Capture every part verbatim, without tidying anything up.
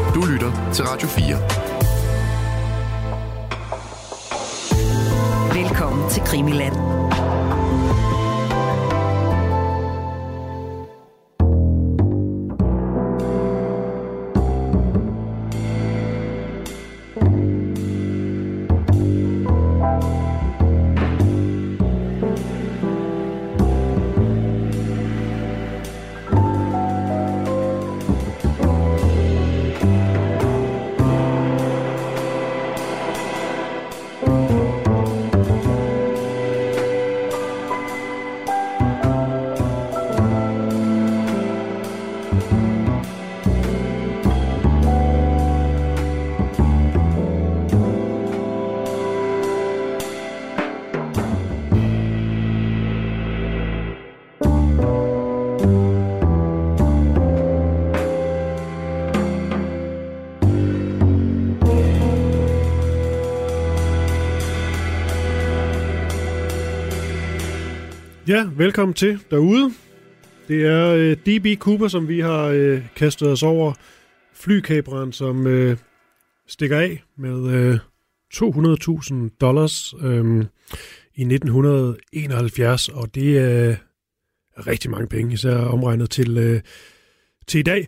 Du lytter til Radio fire. Velkommen til Krimiland. Ja, velkommen til derude. Det er øh, D B Cooper, som vi har øh, kastet os over. Flykabreren, som øh, stikker af med øh, to hundrede tusind dollars øh, i nitten enoghalvfjerds, og det er rigtig mange penge, især omregnet til, øh, til i dag.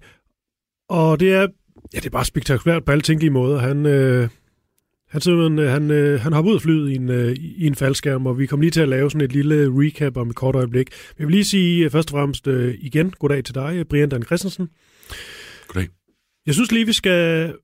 Og det er, ja, det er bare spektakulært på alle tænkelige måder. Han... Øh, Han, han, han hopper ud af flyet i en, i en faldskærm, og vi kommer lige til at lave sådan et lille recap om et kort øjeblik. Jeg vil lige sige først og fremmest igen, goddag til dig, Brian Dan Christensen. Goddag. Jeg synes lige, vi skal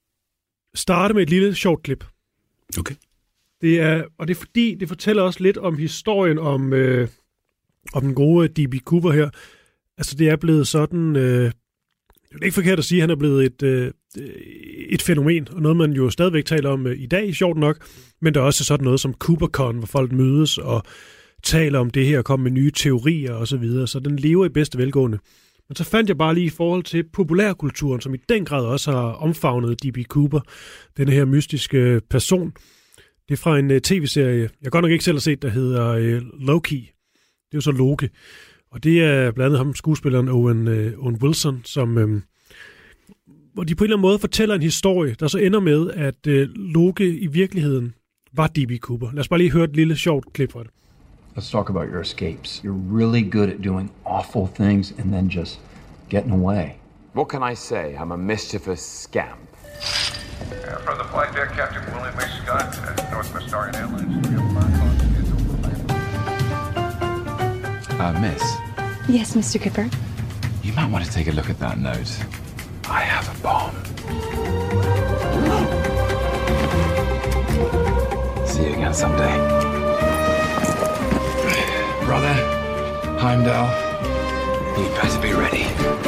starte med et lille sjovt klip. Okay. Det er, og det er fordi, det fortæller også lidt om historien om, øh, om den gode D B Cooper her. Altså, det er blevet sådan... Øh, det er ikke forkert at sige, at han er blevet et... Øh, et fænomen, og noget, man jo stadigvæk taler om i dag, sjovt nok, men der er også sådan noget som CooperCon, hvor folk mødes og taler om det her, og kommer med nye teorier og så videre, så den lever i bedste velgående. Men så fandt jeg bare lige i forhold til populærkulturen, som i den grad også har omfavnet D B Cooper, denne her mystiske person. Det er fra en uh, tv-serie, jeg godt nok ikke selv har set, der hedder uh, Loki. Det er jo så Loki. Og det er blandt andet ham, skuespilleren Owen, uh, Owen Wilson, som... Um, hvor de på en eller anden måde fortæller en historie, der så ender med, at øh, Loke i virkeligheden var D B Cooper. Lad os bare lige høre et lille sjovt klip fra det. Let's talk about your escapes. You're really good at doing awful things and then just getting away. What can I say? I'm a mischievous scamp. Uh, from the flight deck, Captain William A. Scott, uh, Northwest Star Airlines. Uh, miss? Yes, Mister Cooper? You might want to take a look at that note. I have a bomb. See you again someday. Brother, Heimdall, you better be ready.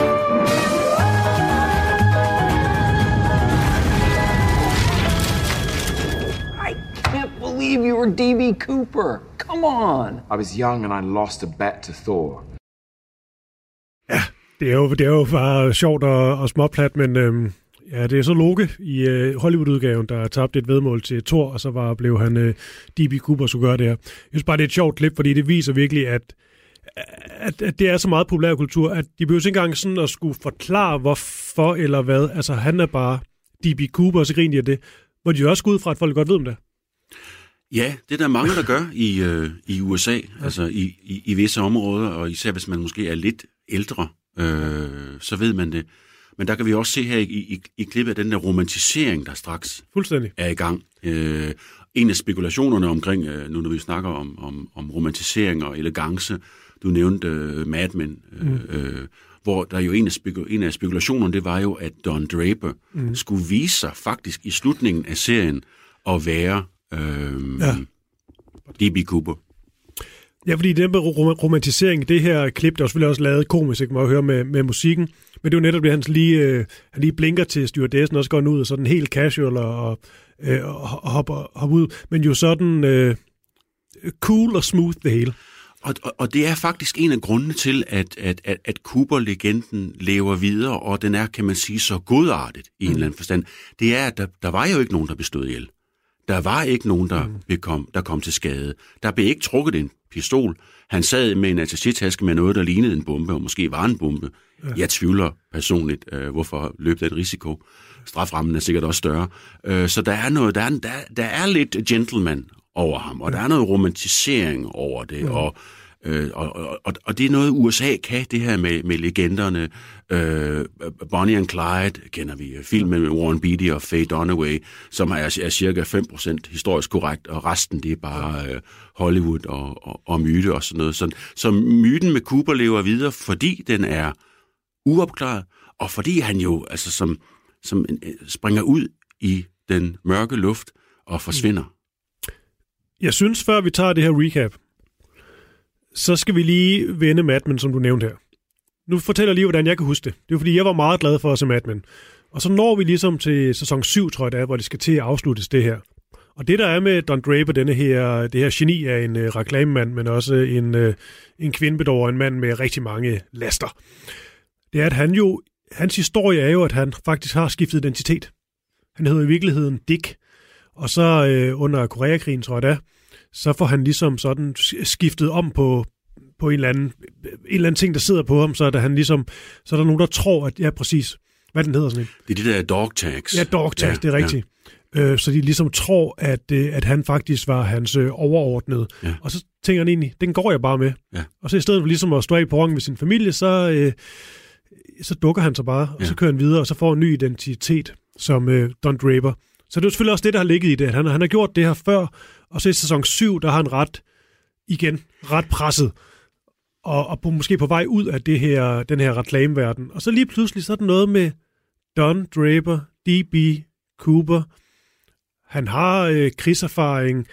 I can't believe you were D B Cooper. Come on. I was young and I lost a bet to Thor. Ja, det er jo, det er jo bare sjovt og, og småplat, men øhm, ja, det er så Loke i øh, Hollywood-udgaven, der tabte et vedmål til Thor, og så var, blev han øh, D B Cooper, skulle gøre det her. Jeg synes bare, det er et sjovt klip, fordi det viser virkelig, at, at, at det er så meget populærkultur, at de behøver ikke engang sådan at skulle forklare, hvorfor eller hvad. Altså, han er bare D B Cooper, og så griner de af det. Hvor de jo også går ud fra, at folk godt ved om det. Ja, det er der mange, der gør i, øh, i U S A, ja. Altså i, i, i visse områder, og især hvis man måske er lidt ældre, øh, så ved man det. Men der kan vi også se her i, i, i klippet, den der romantisering, der straks Fuldstændig. er i gang. Øh, en af spekulationerne omkring, øh, nu når vi snakker om, om, om romantisering og elegance, du nævnte øh, Mad Men, øh, mm. øh, hvor der jo en af, spekul- en af spekulationerne, det var jo, at Don Draper mm. skulle vise sig faktisk i slutningen af serien at være øh, ja. D B Cooper. Ja, fordi den romantisering i det her klip, der er selvfølgelig også lavet komisk, ikke, man høre med, med musikken, men det er jo netop det, han lige, øh, han lige blinker til stewardessen, og så går han ud, og sådan helt casual og, øh, og hopper, hopper ud, men jo sådan øh, cool og smooth det hele. Og, og, og det er faktisk en af grundene til, at, at, at, at Cooper-legenden lever videre, og den er, kan man sige, så godartet i mm. en eller anden forstand. Det er, at der, der var jo ikke nogen, der blev slået ihjel. Der var ikke nogen, der, mm. kom, der kom til skade. Der blev ikke trukket en pistol. Han sad med en attaché-taske med noget, der lignede en bombe, og måske var en bombe. Ja. Jeg tvivler personligt, øh, hvorfor løb der et risiko. Straframmen er sikkert også større. Øh, så der er, noget, der, er, der, der er lidt gentleman over ham, og ja. der er noget romantisering over det, ja. og, øh, og, og, og det er noget, U S A kan, det her med, med legenderne. Øh, Bonnie and Clyde kender vi, filmen med Warren Beatty og Faye Dunaway, som er, er cirka fem procent historisk korrekt, og resten det er bare øh, Hollywood og, og, og myte og sådan noget. Så, så myten med Cooper lever videre, fordi den er uopklaret, og fordi han jo altså som, som springer ud i den mørke luft og forsvinder. Jeg synes, før vi tager det her recap, så skal vi lige vende Mad Men, som du nævnte her. Nu fortæller jeg lige, hvordan jeg kan huske det. Det er fordi, jeg var meget glad for at se Mad Men. Og så når vi ligesom til sæson syv, tror jeg det er, hvor det skal til at afsluttes det her. Og det, der er med Don Draper, denne her, det her geni af en uh, reklamemand, men også en, uh, en kvindebedårer, en mand med rigtig mange laster, det er, at han jo, hans historie er jo, at han faktisk har skiftet identitet. Han hedder i virkeligheden Dick. Og så øh, under Koreakrigen, tror jeg da, så får han ligesom sådan skiftet om på, på en, eller anden, en eller anden ting, der sidder på ham, så er der, han ligesom, så er der nogen, der tror, at ja, præcis, hvad den hedder sådan en? Det er det der dog tags. Ja, dog tags, ja, det er rigtigt. Ja. Øh, så de ligesom tror, at, at han faktisk var hans øh, overordnede. Ja. Og så tænker han egentlig, den går jeg bare med. Ja. Og så i stedet for ligesom at stå af på rongen med sin familie, så, øh, så dukker han sig bare, ja. og så kører han videre, og så får en ny identitet som øh, Don Draper. Så det er selvfølgelig også det, der har ligget i det. Han, han har gjort det her før, og så i sæson syv, der har han ret, igen, ret presset, og, og på, måske på vej ud af det her, den her reklameverden. Og så lige pludselig, så er der noget med Don Draper, D B Cooper. Han har øh, krigserfaring.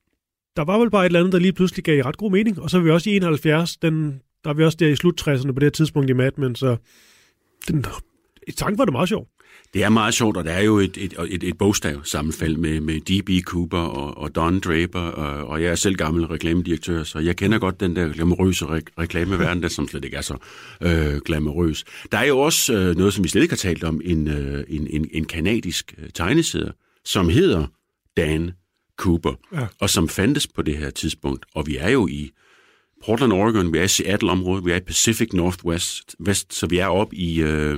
Der var vel bare et eller andet, der lige pludselig gav ret god mening. Og så er vi også i enoghalvfjerds, den, der er vi også der i slut-tresserne på det her tidspunkt i Mad Men, så den, i tanken var det meget sjovt. Det er meget sjovt, og der er jo et, et, et, et bogstav sammenfald med, med D B Cooper og, og Don Draper, og, og jeg er selv gammel reklamedirektør, så jeg kender godt den der glamourøse re- reklameverden, der som slet ikke er så øh, glamourøs. Der er jo også øh, noget, som vi slet ikke har talt om, en, øh, en, en, en kanadisk tegneside, som hedder Dan Cooper, ja. og som fandtes på det her tidspunkt, og vi er jo i Portland, Oregon, vi er i Seattle-området, vi er i Pacific Northwest, West, så vi er oppe i... Øh,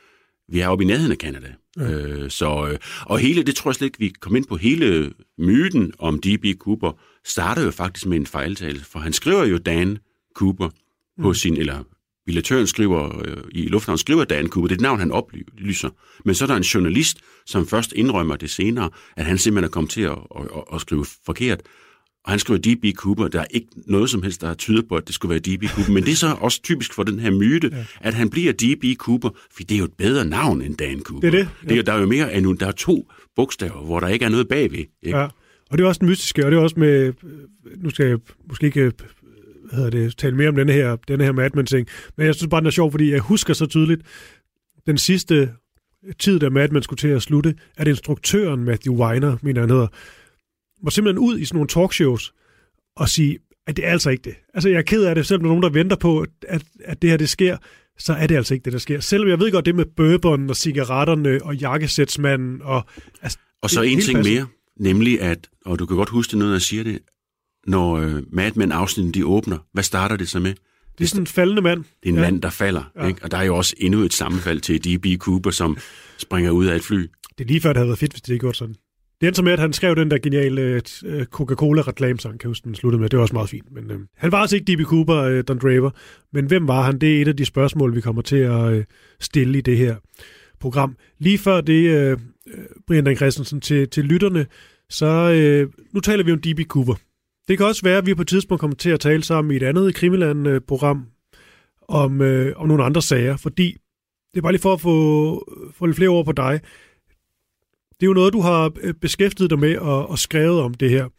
Vi er oppe i nærheden af Canada. Ja. Øh, så, øh, og hele, det tror jeg slet ikke, vi kom ind på, hele myten om D B Cooper, starter jo faktisk med en fejltagelse, for han skriver jo Dan Cooper på mm. sin, eller billetøren skriver, øh, i lufthavnen skriver Dan Cooper, det er et navn, han oplyser. Men så er der en journalist, som først indrømmer det senere, at han simpelthen er kommet til at, at, at, at skrive forkert. Og han skriver D B Cooper. Der er ikke noget som helst, der tyder på, at det skulle være D B Cooper. Men det er så også typisk for den her myte, ja. at han bliver D B Cooper, for det er jo et bedre navn end Dan Cooper. Det er det. Ja. det er, der er jo mere end der er to bogstaver, hvor der ikke er noget bagved. Ikke? Ja, og det er også den mystiske, og det er også med, nu skal jeg måske ikke hvad hedder det, tale mere om denne her, denne her Mad Men-ting, men jeg synes bare, den er sjov, fordi jeg husker så tydeligt, den sidste tid, da Mad Men skulle til at slutte, at instruktøren Matthew Weiner, mener han hedder, må simpelthen ud i sådan nogle talkshows og sige, at det er altså ikke det. Altså, jeg er ked af det, selvom der er nogen, der venter på, at, at det her det sker, så er det altså ikke det, der sker. Selvom jeg ved godt det med bourbon og cigaretterne og jakkesætsmanden og... Altså, og så en ting passer. mere, nemlig at, og du kan godt huske det, når jeg siger det, når uh, Mad Men-afsnitten de åbner, hvad starter det så med? Det er sådan en faldende mand. Det er en ja. mand, der falder. Ja. Ikke? Og der er jo også endnu et sammenfald til D B Cooper, som springer ud af et fly. Det er lige før, det havde været fedt, hvis det ikke gjort sådan. Det endte så med, at han skrev den der geniale uh, Coca-Cola-reklamesang, kan jeg huske, den sluttede med. Det var også meget fint. Men, uh, han var altså ikke D B Cooper, uh, Don Draper. Men hvem var han? Det er et af de spørgsmål, vi kommer til at uh, stille i det her program. Lige før det, uh, Brian Dan Christensen, til, til lytterne, så uh, nu taler vi om D B Cooper. Det kan også være, at vi på et tidspunkt kommer til at tale sammen i et andet Krimiland-program om, uh, om nogle andre sager, fordi det er bare lige for at få, få lidt flere ord på dig. Det er jo noget, du har beskæftiget dig med og, og skrevet om det her.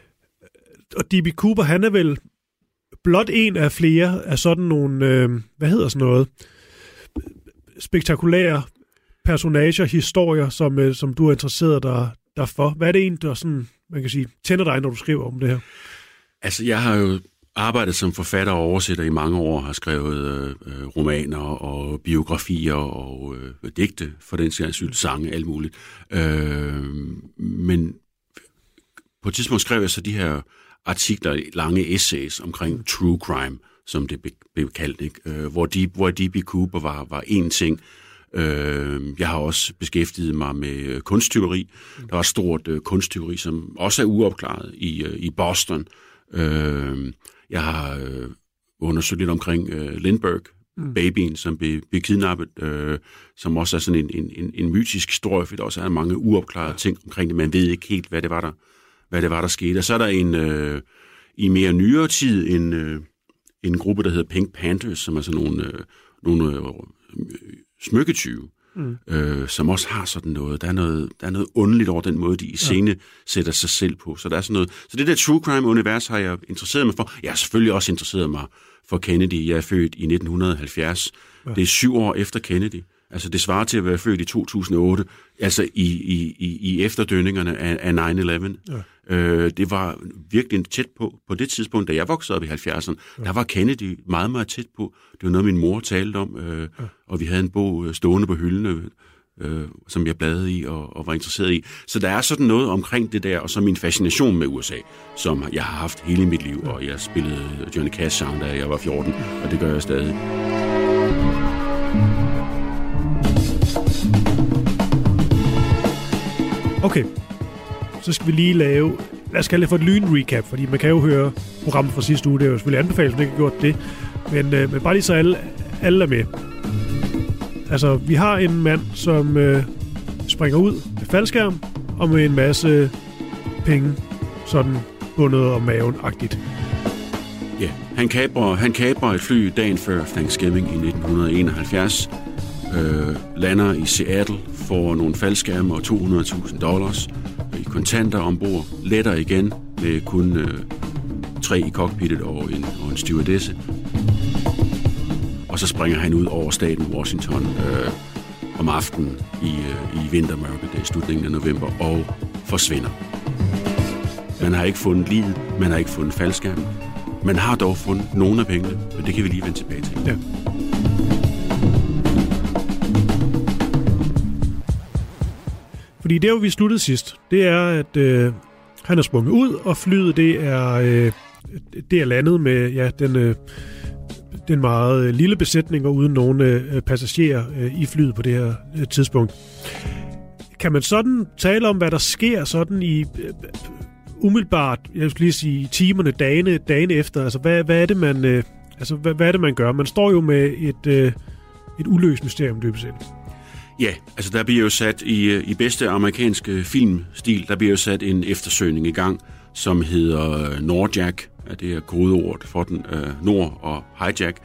Og D B Cooper, han er vel blot en af flere af sådan nogle, øh, hvad hedder sådan noget, spektakulære personager, historier, som, øh, som du er interesseret dig derfor. Hvad er det en, der sådan, man kan sige, tænder dig, når du skriver om det her? Altså, jeg har jo arbejdet som forfatter og oversætter i mange år, har skrevet øh, romaner og biografier og øh, digte, for den sags skyld, sange, alt muligt. Øh, men på et tidspunkt skrev jeg så de her artikler, lange essays omkring true crime, som det blev kaldt, ikke? Øh, hvor, de, hvor D B Cooper var, var en ting. Øh, jeg har også beskæftiget mig med kunsttyveri. Der var et stort øh, kunsttyveri, som også er uopklaret i, øh, i Boston. Øh, jeg har øh, undersøgt lidt omkring øh, Lindbergh, mm. babyen, som blev, blev kidnappet, øh, som også er sådan en, en, en, en mytisk historie, for der også er mange uopklarede ting omkring det. Man ved ikke helt, hvad det var, der, hvad det var, der skete. Og så er der en, øh, i mere nyere tid en, øh, en gruppe, der hedder Pink Panthers, som er sådan nogle, øh, nogle øh, smykketyve, mm. øh, som også har sådan noget. Der er noget, der er noget underligt over den måde, de i scene ja. sætter sig selv på. Så der er sådan noget. Så det der true crime-univers har jeg interesseret mig for. Jeg har selvfølgelig også interesseret mig for Kennedy. Jeg er født i nitten halvfjerds. Ja. Det er syv år efter Kennedy. Altså det svarer til at være født i to tusind og otte, altså i, i, i, i efterdønningerne af, af nine eleven. Ja. Øh, det var virkelig tæt på, på det tidspunkt, da jeg voksede op i halvfjerdserne, ja. der var Kennedy meget, meget tæt på. Det var noget, min mor talte om, øh, ja. og vi havde en bog stående på hylden, øh, som jeg bladede i og, og var interesseret i. Så der er sådan noget omkring det der, og så min fascination med U S A, som jeg har haft hele mit liv, ja. og jeg spillede Johnny Cash-sang, da jeg var fjorten, og det gør jeg stadig. Okay, så skal vi lige lave, lad os kalde det for et lyn-recap, fordi man kan jo høre programmet fra sidste uge, det er jo selvfølgelig anbefalet, hvis man ikke har gjort det, men, øh, men bare lige så alle, alle er med. Altså, vi har en mand, som øh, springer ud med faldskærm, og med en masse penge, sådan bundet om maven-agtigt. Ja, han kaprer, han kaprer et fly dagen før Thanksgiving i nitten enoghalvfjerds, øh, lander i Seattle, får nogle faldskærme og to hundrede tusind dollars i kontanter ombord, letter igen med kun øh, tre i cockpittet og en, og en stewardesse. Og så springer han ud over staten Washington øh, om aftenen i, øh, i vintermørket i slutningen af november og forsvinder. Man har ikke fundet livet, man har ikke fundet faldskærmen. Man har dog fundet nogle af pengene, men det kan vi lige vende tilbage til. Ja. Fordi det, vi sluttede sidst, det er, at øh, han er sprunget ud, og flyet det er, øh, det er landet med ja, den, øh, den meget lille besætning og uden nogen øh, passagerer øh, i flyet på det her øh, tidspunkt. Kan man sådan tale om, hvad der sker sådan i øh, umiddelbart, jeg skulle lige sige, timerne, dagene, dagene efter? Altså, hvad, hvad er det, man, øh, altså, hvad, hvad er det, man gør? Man står jo med et, øh, et uløst mysterium, dybest set. Ja, altså der bliver jo sat i, i bedste amerikanske filmstil, der bliver jo sat en eftersøgning i gang, som hedder Nordjack, det er kodeordet for den, øh, Nord og Hijack,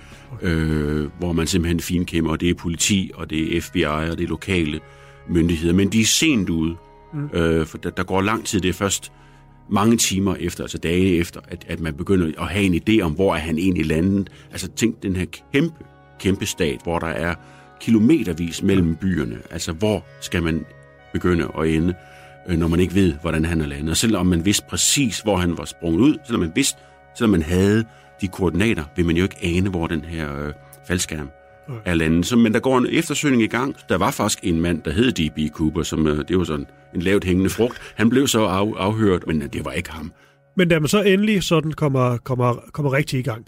øh, hvor man simpelthen finkæmmer, og det er politi, og det er F B I, og det er lokale myndigheder, men de er sent ude, mm. øh, for der, der går lang tid, det er først mange timer efter, altså dage efter, at, at man begynder at have en idé om, hvor er han egentlig landet. Altså tænk den her kæmpe, kæmpe stat, hvor der er kilometervis mellem byerne. Altså, hvor skal man begynde at ende, når man ikke ved, hvordan han er landet. Og selvom man vidste præcis, hvor han var sprunget ud, selvom man vidste, selvom man havde de koordinater, vil man jo ikke ane, hvor den her øh, faldskærm er landet. Så, men der går en eftersøgning i gang. Der var faktisk en mand, der hed D B Cooper, som øh, det var sådan en lavt hængende frugt. Han blev så af, afhørt, men det var ikke ham. Men da man så endelig sådan kommer, kommer, kommer rigtig i gang,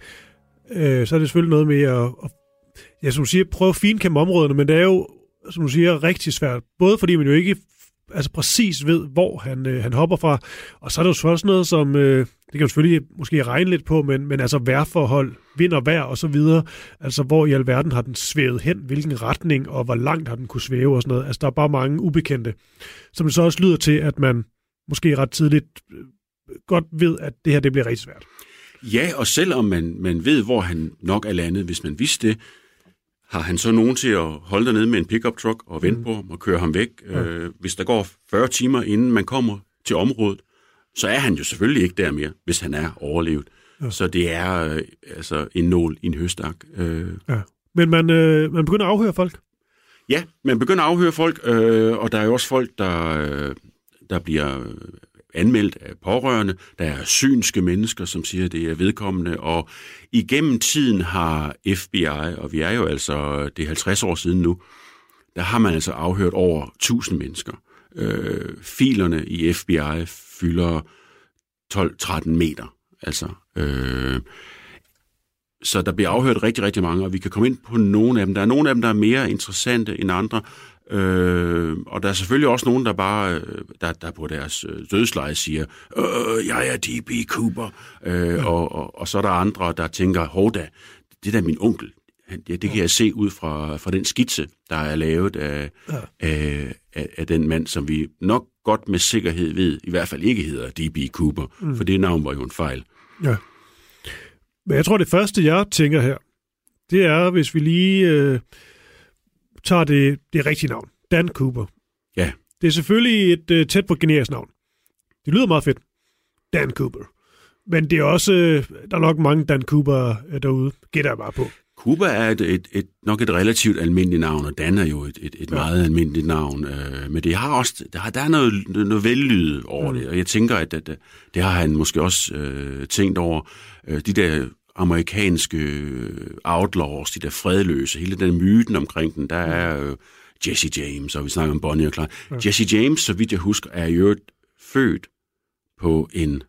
øh, så er det selvfølgelig noget med at, at ja, som du siger, prøve at finkæmme områderne, men det er jo, som du siger, rigtig svært. Både fordi man jo ikke altså præcis ved, hvor han, øh, han hopper fra, og så er det jo også noget, som, øh, det kan man selvfølgelig måske regne lidt på, men, men altså vejrforhold, vind og vejr og så videre, altså hvor i alverden har den svævet hen, hvilken retning, og hvor langt har den kunne svæve og sådan noget. Altså der er bare mange ubekendte, som det så også lyder til, at man måske ret tidligt øh, godt ved, at det her det bliver rigtig svært. Ja, og selvom man, man ved, hvor han nok er landet, hvis man vidste det, har han så nogen til at holde dernede med en pickup truck og vente mm. på ham og køre ham væk. Ja. Øh, hvis der går fyrre timer, inden man kommer til området, så er han jo selvfølgelig ikke der mere, hvis han er overlevet. Ja. Så det er øh, altså en nål i en høstak. Øh. Ja. Men man, øh, man begynder at afhøre folk? Ja, man begynder at afhøre folk, øh, og der er jo også folk, der, øh, der bliver anmeldt af pårørende. Der er synske mennesker, som siger, at det er vedkommende, og igennem tiden har F B I, og vi er jo altså, det er halvtreds år siden nu, der har man altså afhørt over tusind mennesker. Øh, filerne i F B I fylder tolv tretten meter. Altså, øh, så der bliver afhørt rigtig, rigtig mange, og vi kan komme ind på nogle af dem. Der er nogle af dem, der er mere interessante end andre, øh, og der er selvfølgelig også nogen, der bare, der, der på deres dødsleje siger, øh, jeg er D B. Cooper, øh, ja. og, og, og så er der andre, der tænker, hov da, det der er min onkel. Det, det kan jeg se ud fra, fra den skitse, der er lavet af, ja. af, af, af den mand, som vi nok godt med sikkerhed ved, i hvert fald ikke hedder D B. Cooper, mm. for det navn var jo en fejl. Ja. Men jeg tror, det første, jeg tænker her, det er, hvis vi lige øh, tager det, det rigtige navn. Dan Cooper. Ja. Det er selvfølgelig et øh, tæt på generisk navn. Det lyder meget fedt. Dan Cooper. Men det er også, øh, der er nok mange Dan Cooper øh, derude. Gætter jeg bare på. Cooper er et, et, et, nok et relativt almindeligt navn, og Dan er jo et, et, et ja. meget almindeligt navn. Øh, men det har også, der, der er noget, noget vellyd over mm. det, og jeg tænker, at, at det har han måske også øh, tænkt over. Øh, de der amerikanske outlaws, de der fredløse, hele den myten omkring den, der er øh, Jesse James, og vi snakker om Bonnie og Clyde. Ja. Jesse James, så vidt jeg husker, er jo født på en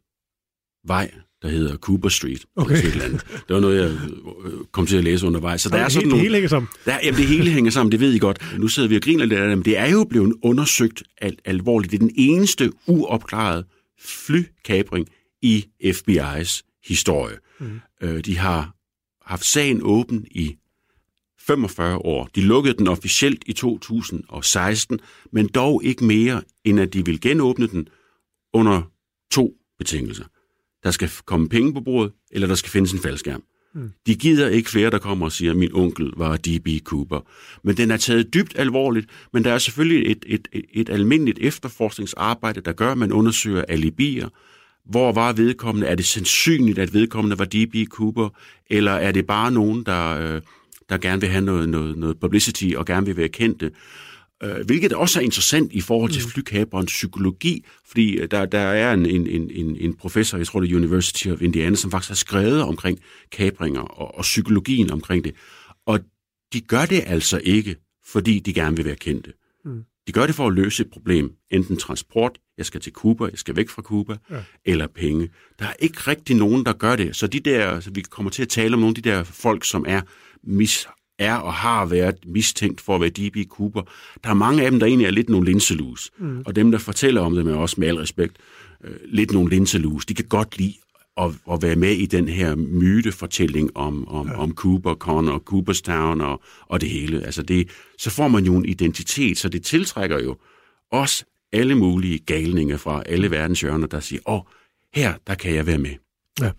vej, der hedder Cooper Street. Okay. Det var noget, jeg kom til at læse undervejs. Så der okay, er sådan det nogle, hele hænger sammen. Der, jamen, det hele hænger sammen, det ved I godt. Nu sidder vi og griner lidt af det, men det er jo blevet undersøgt al- alvorligt. Det er den eneste uopklarede flykapring i F B I's historie. Mm. Øh, de har haft sagen åben i femogfyrre år. De lukkede den officielt i to tusind og seksten, men dog ikke mere, end at de vil genåbne den under to betingelser. Der skal komme penge på bordet, eller der skal findes en faldskærm. Mm. De gider ikke flere, der kommer og siger, at min onkel var D B. Cooper. Men den er taget dybt alvorligt, men der er selvfølgelig et, et, et, et almindeligt efterforskningsarbejde, der gør, at man undersøger alibier. Hvor var vedkommende? Er det sandsynligt, at vedkommende var D B. Cooper? Eller er det bare nogen, der, der gerne vil have noget, noget, noget publicity og gerne vil være kendte? Hvilket også er interessant i forhold til flykaperens psykologi, fordi der, der er en, en, en, en professor, jeg tror det er University of Indiana, som faktisk har skrevet omkring kapringer og, og psykologien omkring det. Og de gør det altså ikke, fordi de gerne vil være kendte. Mm. De gør det for at løse et problem. Enten transport, jeg skal til Cuba, jeg skal væk fra Cuba, ja. eller penge. Der er ikke rigtig nogen, der gør det. Så de der, så vi kommer til at tale om nogle af de der folk, som er mis er og har været mistænkt for at være D B. Cooper. Der er mange af dem, der egentlig er lidt nogle linselus. Mm. Og dem, der fortæller om dem, er også med al respekt øh, lidt nogle linselus. De kan godt lide at, at være med i den her mytefortælling om, om, ja. om Cooper, Connor, Cooperstown og, og det hele. Altså det, så får man jo en identitet, så det tiltrækker jo også alle mulige galninger fra alle verdens hjørner, der siger, åh, her, der kan jeg være med. Ja.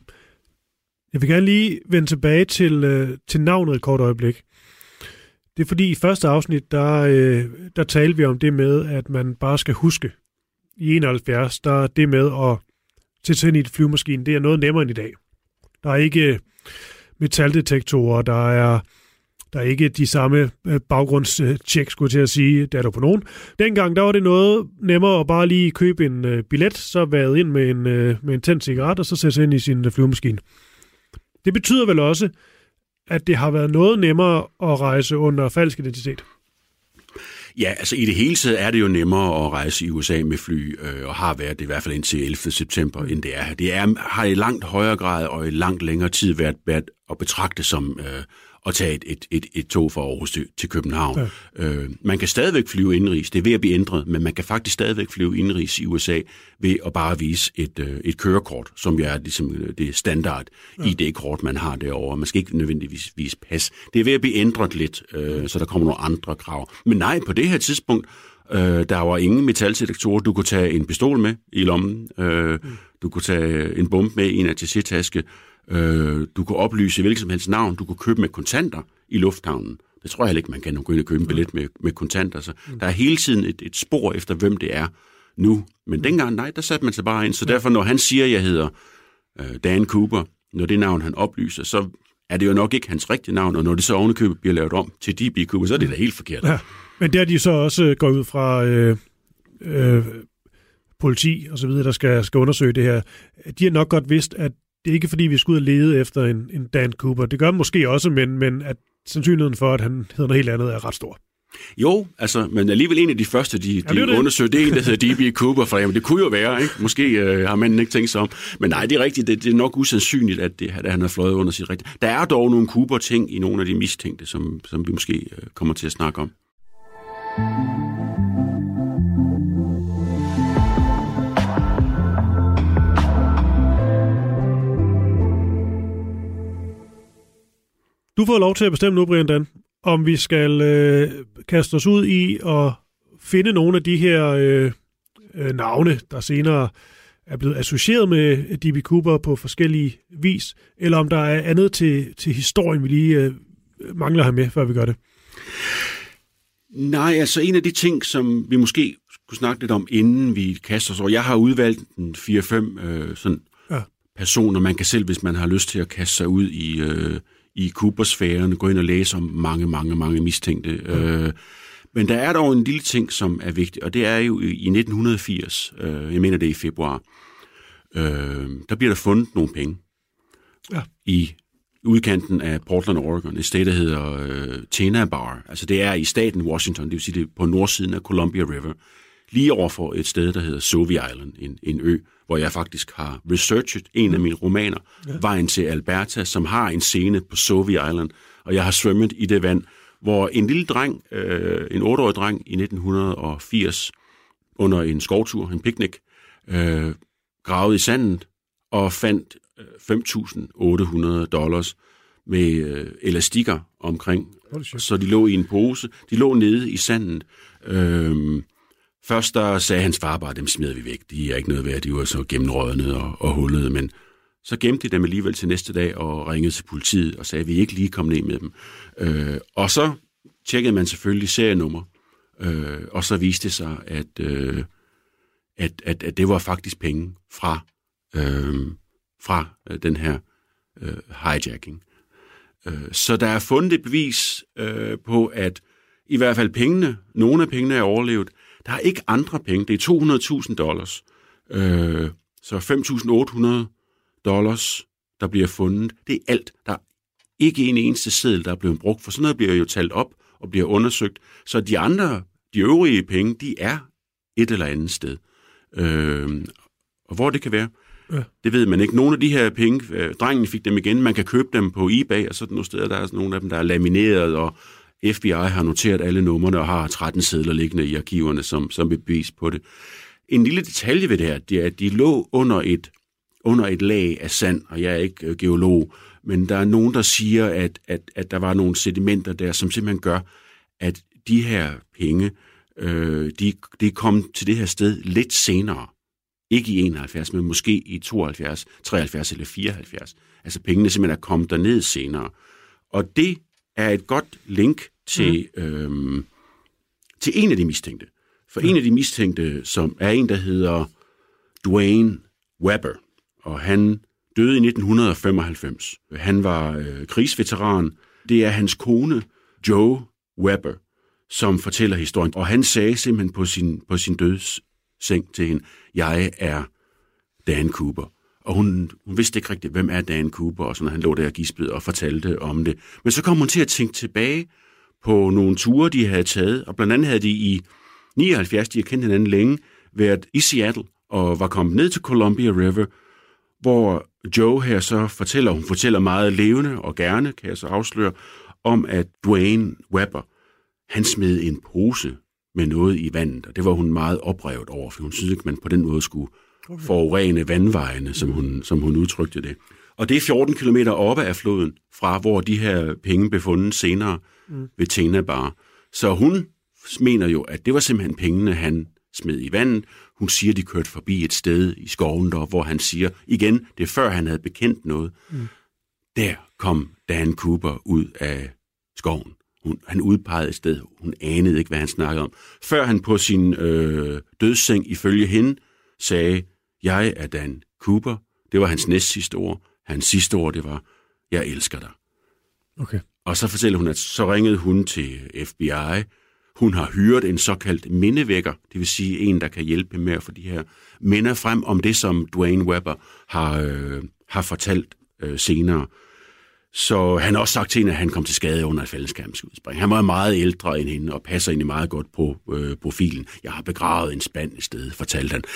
Jeg vil gerne lige vende tilbage til, øh, til navnet et kort øjeblik. Det er fordi i første afsnit, der, øh, der talte vi om det med, at man bare skal huske. I enoghalvfjerds, der er det med at sætte sig ind i et flyvemaskine, det er noget nemmere end i dag. Der er ikke metaldetektorer, der er, der er ikke de samme baggrundstjek, skulle jeg til at sige, der er der på nogen. Dengang, der var det noget nemmere at bare lige købe en øh, billet, så være ind med en, øh, med en tændt cigaret, og så sætte sig ind i sin øh, flyvemaskine. Det betyder vel også, at det har været noget nemmere at rejse under falsk identitet? Ja, altså i det hele taget er det jo nemmere at rejse i U S A med fly, øh, og har været det i hvert fald indtil ellevte september, end det er her. Det er, har i langt højere grad og i langt længere tid været, været at betragte som øh, at tage et, et, et, et tog fra Aarhus til, til København. Ja. Øh, man kan stadigvæk flyve indenrigs, det er ved at blive ændret, men man kan faktisk stadigvæk flyve indenrigs i U S A ved at bare vise et, øh, et kørekort, som jo er ligesom det standard ja. I D kort, man har derovre. Man skal ikke nødvendigvis vise pas. Det er ved at blive ændret lidt, øh, så der kommer nogle andre krav. Men nej, på det her tidspunkt, øh, der var ingen metaldetektorer. Du kunne tage en pistol med i lommen, øh, mm. du kunne tage en bombe med i en attaché-taske, Øh, du kunne oplyse hvilket som helst navn, du kunne købe med kontanter i lufthavnen. Det tror jeg heller ikke, man kan gå ind og købe en billet med, med kontanter. Så mm. der er hele tiden et, et spor efter, hvem det er nu. Men mm. dengang, nej, der satte man sig bare ind. Så derfor, når han siger, jeg hedder øh, Dan Cooper, når det navn, han oplyser, så er det jo nok ikke hans rigtige navn, og når det så ovenikøbet bliver lavet om til D B. Cooper, så er det da helt forkert. Ja, men der de så også går ud fra øh, øh, politi og så videre, der skal, skal undersøge det her. De har nok godt vidst, at det er ikke fordi, vi skal ud og lede efter en, en Dan Cooper. Det gør man måske også, men, men at sandsynligheden for, at han hedder noget helt andet, er ret stor. Jo, altså, men alligevel en af de første, de, de ja, undersøgte, det er en, der hedder D B Cooper, for jamen, det kunne jo være, ikke? Måske øh, har man ikke tænkt sig om. Men nej, det er rigtigt, det, det er nok usandsynligt, at, det, at han har fløjet under sit rigtigt. Der er dog nogle Cooper-ting i nogle af de mistænkte, som, som vi måske øh, kommer til at snakke om. Du får lov til at bestemme nu, Brian Dan, om vi skal øh, kaste os ud i at finde nogle af de her øh, øh, navne, der senere er blevet associeret med D B Cooper på forskellige vis, eller om der er andet til, til historien, vi lige øh, mangler her med, før vi gør det. Nej, altså en af de ting, som vi måske skulle snakke lidt om, inden vi kaster os over. Jeg har udvalgt en fire fem øh, sådan ja. personer, man kan selv, hvis man har lyst til at kaste sig ud i... Øh, i Cooper-sfæren, gå ind og læse om mange, mange, mange mistænkte. Mm. Øh, men der er dog en lille ting, som er vigtig, og det er jo i nitten firs, øh, jeg mener det er i februar, øh, der bliver der fundet nogle penge ja. i udkanten af Portland, Oregon, et sted, der hedder øh, Tena Bar. Altså det er i staten Washington, det vil sige det på nordsiden af Columbia River, lige overfor et sted, der hedder Sauvie Island, en, en ø, hvor jeg faktisk har researchet en af mine romaner, ja. Vejen til Alberta, som har en scene på Sauvie Island, og jeg har svømmet i det vand, hvor en lille dreng, øh, en otteårig dreng i nitten firs, under en skovtur, en picnic, øh, gravede i sandet og fandt øh, fem tusind otte hundrede dollars med øh, elastikker omkring, så de lå i en pose, de lå nede i sandet. Øh, Først der sagde hans far bare, dem smider vi væk. De er ikke noget værd, de var så gennemrådne og, og hullede. Men så gemte de dem alligevel til næste dag og ringede til politiet og sagde, at vi ikke lige kom ned med dem. Øh, og så tjekkede man selvfølgelig serienummer. Øh, og så viste det sig, at, øh, at, at, at det var faktisk penge fra, øh, fra øh, den her øh, hijacking. Øh, så der er fundet et bevis øh, på, at i hvert fald pengene, nogle af pengene er overlevet. Der er ikke andre penge. Det er to hundrede tusind dollars. Øh, så fem tusind otte hundrede dollars, der bliver fundet. Det er alt. Der er ikke en eneste seddel, der er blevet brugt. For sådan noget bliver jo talt op og bliver undersøgt. Så de andre, de øvrige penge, de er et eller andet sted. Øh, og hvor det kan være, ja. Det ved man ikke. Nogle af de her penge, øh, drengen fik dem igen. Man kan købe dem på eBay, og sådan nogle steder, der er sådan nogle af dem, der er lamineret, og F B I har noteret alle numrene og har tretten sedler liggende i arkiverne som, som bevis på det. En lille detalje ved det her, det er, at de lå under et, under et lag af sand, og jeg er ikke øh, geolog, men der er nogen, der siger, at, at, at der var nogle sedimenter der, som simpelthen gør, at de her penge, øh, de, de kom til det her sted lidt senere. Ikke i enoghalvfjerds, men måske i tooghalvfjerds, treoghalvfjerds eller fireoghalvfjerds. Altså pengene simpelthen er kommet derned senere. Og det er et godt link til, mm. øhm, til en af de mistænkte. For mm. en af de mistænkte, som er en, der hedder Dwayne Webber, og han døde i nitten femoghalvfems. Han var øh, krigsveteran. Det er hans kone, Joe Webber, som fortæller historien. Og han sagde simpelthen på sin, på sin dødsseng til hende, jeg er Dan Cooper. Og hun, hun vidste ikke rigtigt, hvem er Dan Cooper, og sådan, han lå der og gispede og fortalte om det. Men så kom hun til at tænke tilbage på nogle ture, de havde taget, og blandt andet havde de i nioghalvfjerds, de har kendt hinanden længe, været i Seattle og var kommet ned til Columbia River, hvor Joe her så fortæller, hun fortæller meget levende og gerne, kan jeg så afsløre, om at Dwayne Webber, han smed en pose med noget i vandet, og det var hun meget oprevet over, for hun synes ikke, man på den måde skulle okay. forurene vandvejene, som hun, som hun udtrykte det. Og det er fjorten kilometer oppe af floden, fra hvor de her penge blev fundet senere mm. ved Tena Bar. Så hun mener jo, at det var simpelthen pengene, han smed i vandet. Hun siger, de kørte forbi et sted i skoven der, hvor han siger, igen, det er før han havde bekendt noget. Mm. Der kom Dan Cooper ud af skoven. Hun, han udpegede et sted, hun anede ikke, hvad han snakkede om. Før han på sin øh, dødsseng ifølge hende sagde, jeg er Dan Cooper. Det var hans næst sidste ord. Hans sidste ord, det var, jeg elsker dig. Okay. Og så fortæller hun, at så ringede hun til F B I. Hun har hyret en såkaldt mindevækker, det vil sige en, der kan hjælpe med at få de her minder frem om det, som Dwayne Webber har, øh, har fortalt øh, senere. Så han har også sagt til hende, at han kom til skade under et faldskærmsudspring. Han var meget ældre end hende, og passer egentlig meget godt på øh, profilen. Jeg har begravet en spand i stedet, fortalte han.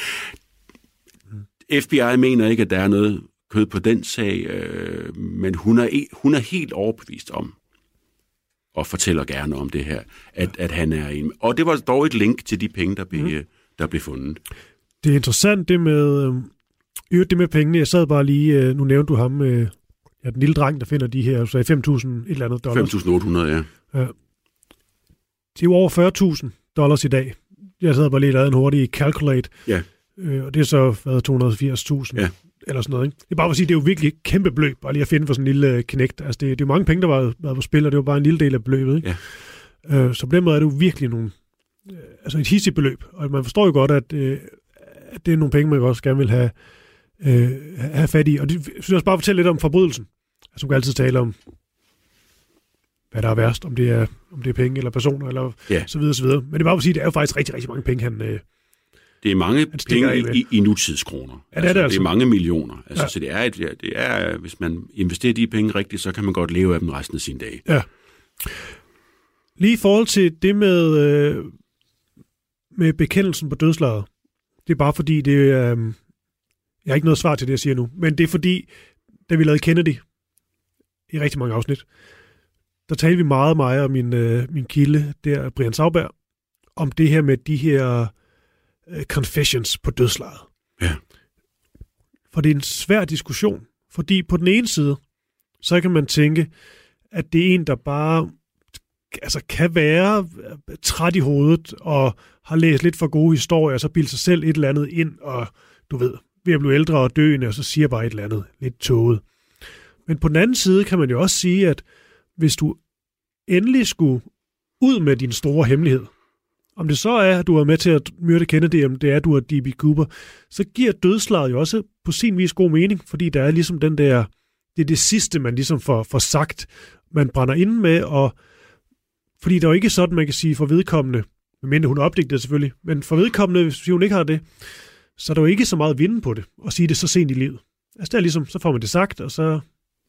F B I mener ikke, at der er noget kød på den sag, øh, men hun er, hun er helt overbevist om, og fortæller gerne om det her, at, at han er en... Og det var dog et link til de penge, der blev, mm. der blev fundet. Det er interessant, det med... Øh, det med pengene. Jeg sad bare lige... Øh, nu nævnte du ham... Øh, ja, den lille dreng, der finder de her... Så fem tusind et eller andet dollars. fem tusind otte hundrede, ja. ja. Det er jo over fyrre tusind dollars i dag. Jeg sad bare lige og lavede en hurtig calculate. Ja. Øh, og det er så to hundrede og firs tusind. Ja. Eller sådan noget, ikke? Det er bare for at sige, det er jo virkelig et kæmpe beløb, bare lige at finde for sådan en lille knægt. Altså, det, det er jo mange penge, der var, var på spil, og det var bare en lille del af beløbet, ikke? Ja. Øh, så på den måde er det jo virkelig nogle, øh, altså et hissigt beløb. Og man forstår jo godt, at, øh, at det er nogle penge, man også gerne vil have, øh, have fat i. Og det synes jeg også bare fortælle lidt om forbrydelsen. Altså, man kan altid tale om, hvad der er værst, om det er, om det er penge eller personer, eller ja. så videre, så videre. Men det er bare for at sige, at det er jo faktisk rigtig, rigtig mange penge, han... Øh, Det er mange penge i, i nutidskroner. Ja, det, er det, altså. det er mange millioner. Altså, ja. Så det er, et, ja, det er, hvis man investerer de penge rigtigt, så kan man godt leve af dem resten af sin dag. Ja. Lige i forhold til det med, øh, med bekendelsen på dødslaget, det er bare fordi, det øh, jeg har ikke noget svar til det, jeg siger nu, men det er fordi, da vi lavede Kennedy i rigtig mange afsnit, der talte vi meget, mig og min, øh, min kilde, der Brian Sauberg, om det her med de her confessions på dødslaget. Ja. For det er en svær diskussion, fordi på den ene side, så kan man tænke, at det er en, der bare altså kan være træt i hovedet, og har læst lidt for gode historier, og så bilder sig selv et eller andet ind, og du ved, ved at blive ældre og døende, og så siger bare et eller andet lidt tåget. Men på den anden side kan man jo også sige, at hvis du endelig skulle ud med din store hemmelighed, om det så er, at du er med til at myrde Kennedy, om det er, at du er D B. Cooper, så giver dødslaget jo også på sin vis god mening, fordi der er ligesom den der, det er det sidste, man ligesom får, får sagt, man brænder inde med, og fordi der er jo ikke sådan, man kan sige for vedkommende, medmindre hun opdigter det selvfølgelig, men for vedkommende, hvis hun ikke har det, så er der jo ikke så meget at vinde på det, at sige det så sent i livet. Altså det er ligesom, så får man det sagt, og så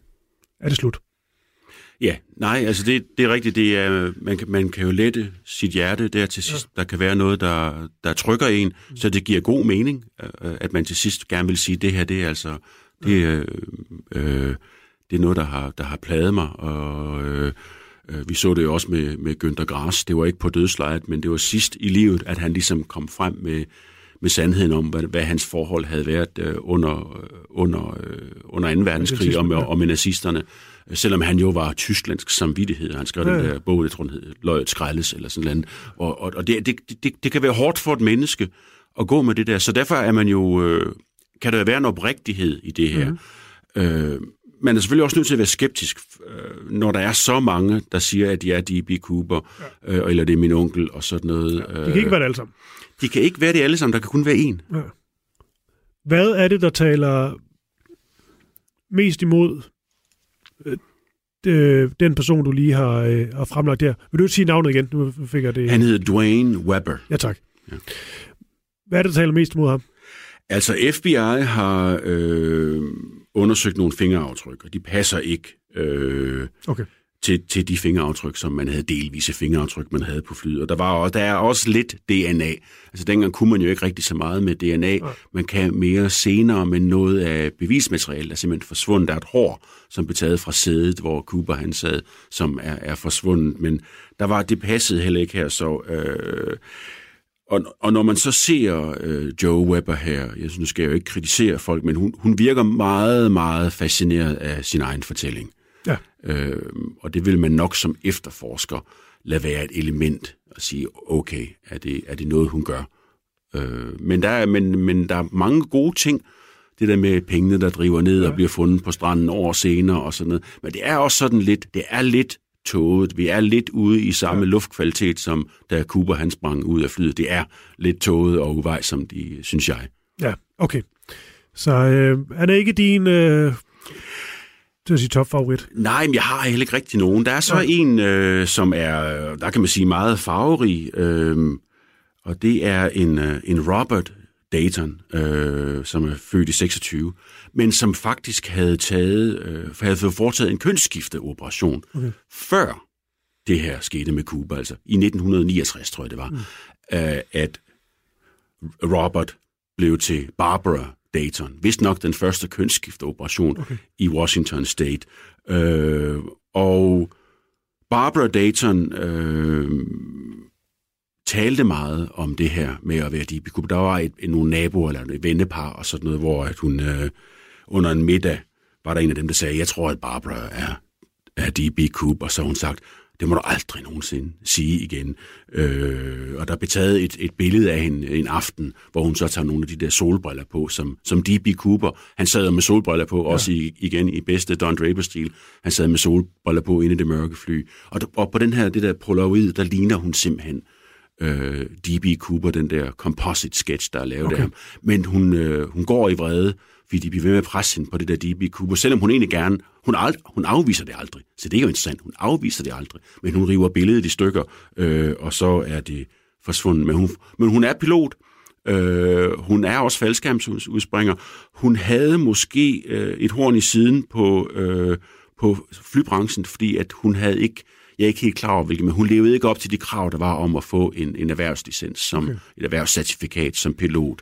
er det slut. Ja, nej, altså det, det er rigtigt. Det er, man, kan, man kan jo lette sit hjerte der til sidst. Ja. Der kan være noget, der, der trykker en, så det giver god mening, at man til sidst gerne vil sige, det her, det er altså, det, øh, øh, det er noget, der har, der har plaget mig, og øh, vi så det jo også med, med Günther Grass. Det var ikke på dødslejet, men det var sidst i livet, at han ligesom kom frem med, med sandheden om, hvad, hvad hans forhold havde været øh, under, under, øh, under anden verdenskrig og med, og med nazisterne. Selvom han jo var tysklandsk samvittighed. Han skrev ja, ja. den der bog, jeg tror den hed Løjet skrælles, eller sådan noget. Og, og, og det, det, det, det kan være hårdt for et menneske at gå med det der. Så derfor er man jo, øh, kan der være en oprigtighed i det her. Mm-hmm. Øh, man er selvfølgelig også nødt til at være skeptisk, øh, når der er så mange, der siger, at de er D B. Cooper, ja. øh, eller det er min onkel, og sådan noget. Ja, de kan ikke være det alle sammen. De kan ikke være det alle sammen. Der kan kun være én. Ja. Hvad er det, der taler mest imod den person, du lige har, øh, har fremlagt der? Vil du sige navnet igen? Nu fik jeg det. Han hedder Dwayne Webber. Ja, tak. Ja. Hvad er det, der taler mest imod ham? Altså, F B I har øh, undersøgt nogle fingeraftryk, og de passer ikke øh, okay. til, til de fingeraftryk, som man havde delvise fingeraftryk, man havde på flyet. Og der, var også, der er også lidt D N A. Altså, dengang kunne man jo ikke rigtig så meget med D N A. Ja. Man kan mere senere, men noget af bevismateriale er simpelthen forsvundet. Der er et hår, som blev taget fra sædet, hvor Cooper han sad, som er, er forsvundet. Men der var, det passede heller ikke her, så... Øh, Og, og når man så ser øh, Joe Webber her, jeg synes, nu skal jeg jo ikke kritisere folk, men hun, hun virker meget, meget fascineret af sin egen fortælling. Ja. Øh, og det vil man nok som efterforsker lade være et element og sige, okay, er det, er det noget, hun gør? Øh, men, der er, men, men der er mange gode ting, det der med pengene, der driver ned ja. og bliver fundet på stranden år senere og sådan noget. Men det er også sådan lidt, det er lidt tåget. Vi er lidt ude i samme ja. luftkvalitet, som da Cooper han sprang ud af flyet. Det er lidt tåget og uvejsomt, de, synes jeg. Ja, okay. Så øh, er det ikke din øh, det vil sige topfavorit? Nej, men jeg har heller ikke rigtig nogen. Der er så ja. en, øh, som er, der kan man sige, meget farverig, øh, og det er en, øh, en Robert Dayton, øh, som er født i seksogtyve, men som faktisk havde taget, øh, havde fået foretaget en kønsskifteoperation okay. før det her skete med Cooper, altså i nitten niogtres, tror jeg det var, mm. øh, at Robert blev til Barbara Dayton. Vist nok den første kønsskifteoperation okay. i Washington State. Øh, og Barbara Dayton øh, talte meget om det her med at være D B Cooper. Der var et, et, nogle naboer eller et vennepar og sådan noget, hvor at hun øh, under en middag var der en af dem, der sagde, jeg tror, at Barbara er, er D B Cooper. Så hun sagt, det må du aldrig nogensinde sige igen. Øh, og der blev taget et, et billede af hende en aften, hvor hun så tager nogle af de der solbriller på, som, som D B Cooper. Han sad med solbriller på, ja. også i, igen i bedste Don Draper-stil. Han sad med solbriller på inde i det mørke fly. Og, og på den her, det der polaroid, der ligner hun simpelthen øh, D B Cooper, den der composite sketch, der er lavet okay. af ham. Men hun, øh, hun går i vrede, fordi de bliver ved med at presse hende på det der D B Cooper, selvom hun egentlig gerne, hun, ald- hun afviser det aldrig. Så det er jo interessant, hun afviser det aldrig, men hun river billedet i stykker, øh, og så er det forsvundet. Men hun, men hun er pilot, øh, hun er også faldskærmsudspringer, hun havde måske øh, et horn i siden på, øh, på flybranchen, fordi at hun havde ikke, jeg er ikke helt klar over hvilket, men hun levede ikke op til de krav, der var om at få en, en erhvervslicens, som okay. et erhvervscertifikat som pilot.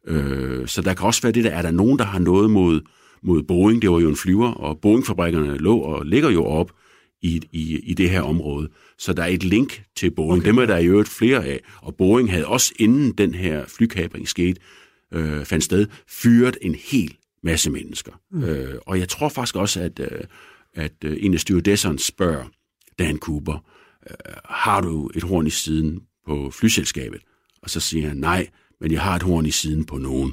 Øh, så der kan også være det der, er der nogen, der har noget mod, mod Boeing, det var jo en flyver, og Boeing-fabrikkerne lå og ligger jo op i, i, i det her område. Så der er et link til Boeing, okay. dem er der i øvrigt flere af, og Boeing havde også inden den her flykapring skete, øh, fandt sted, fyret en hel masse mennesker. Mm. Øh, og jeg tror faktisk også, at, øh, at øh, en af stewardesserne spørger Dan Cooper, øh, har du et horn i siden på flyselskabet? Og så siger han, nej, men jeg har et horn i siden på nogen.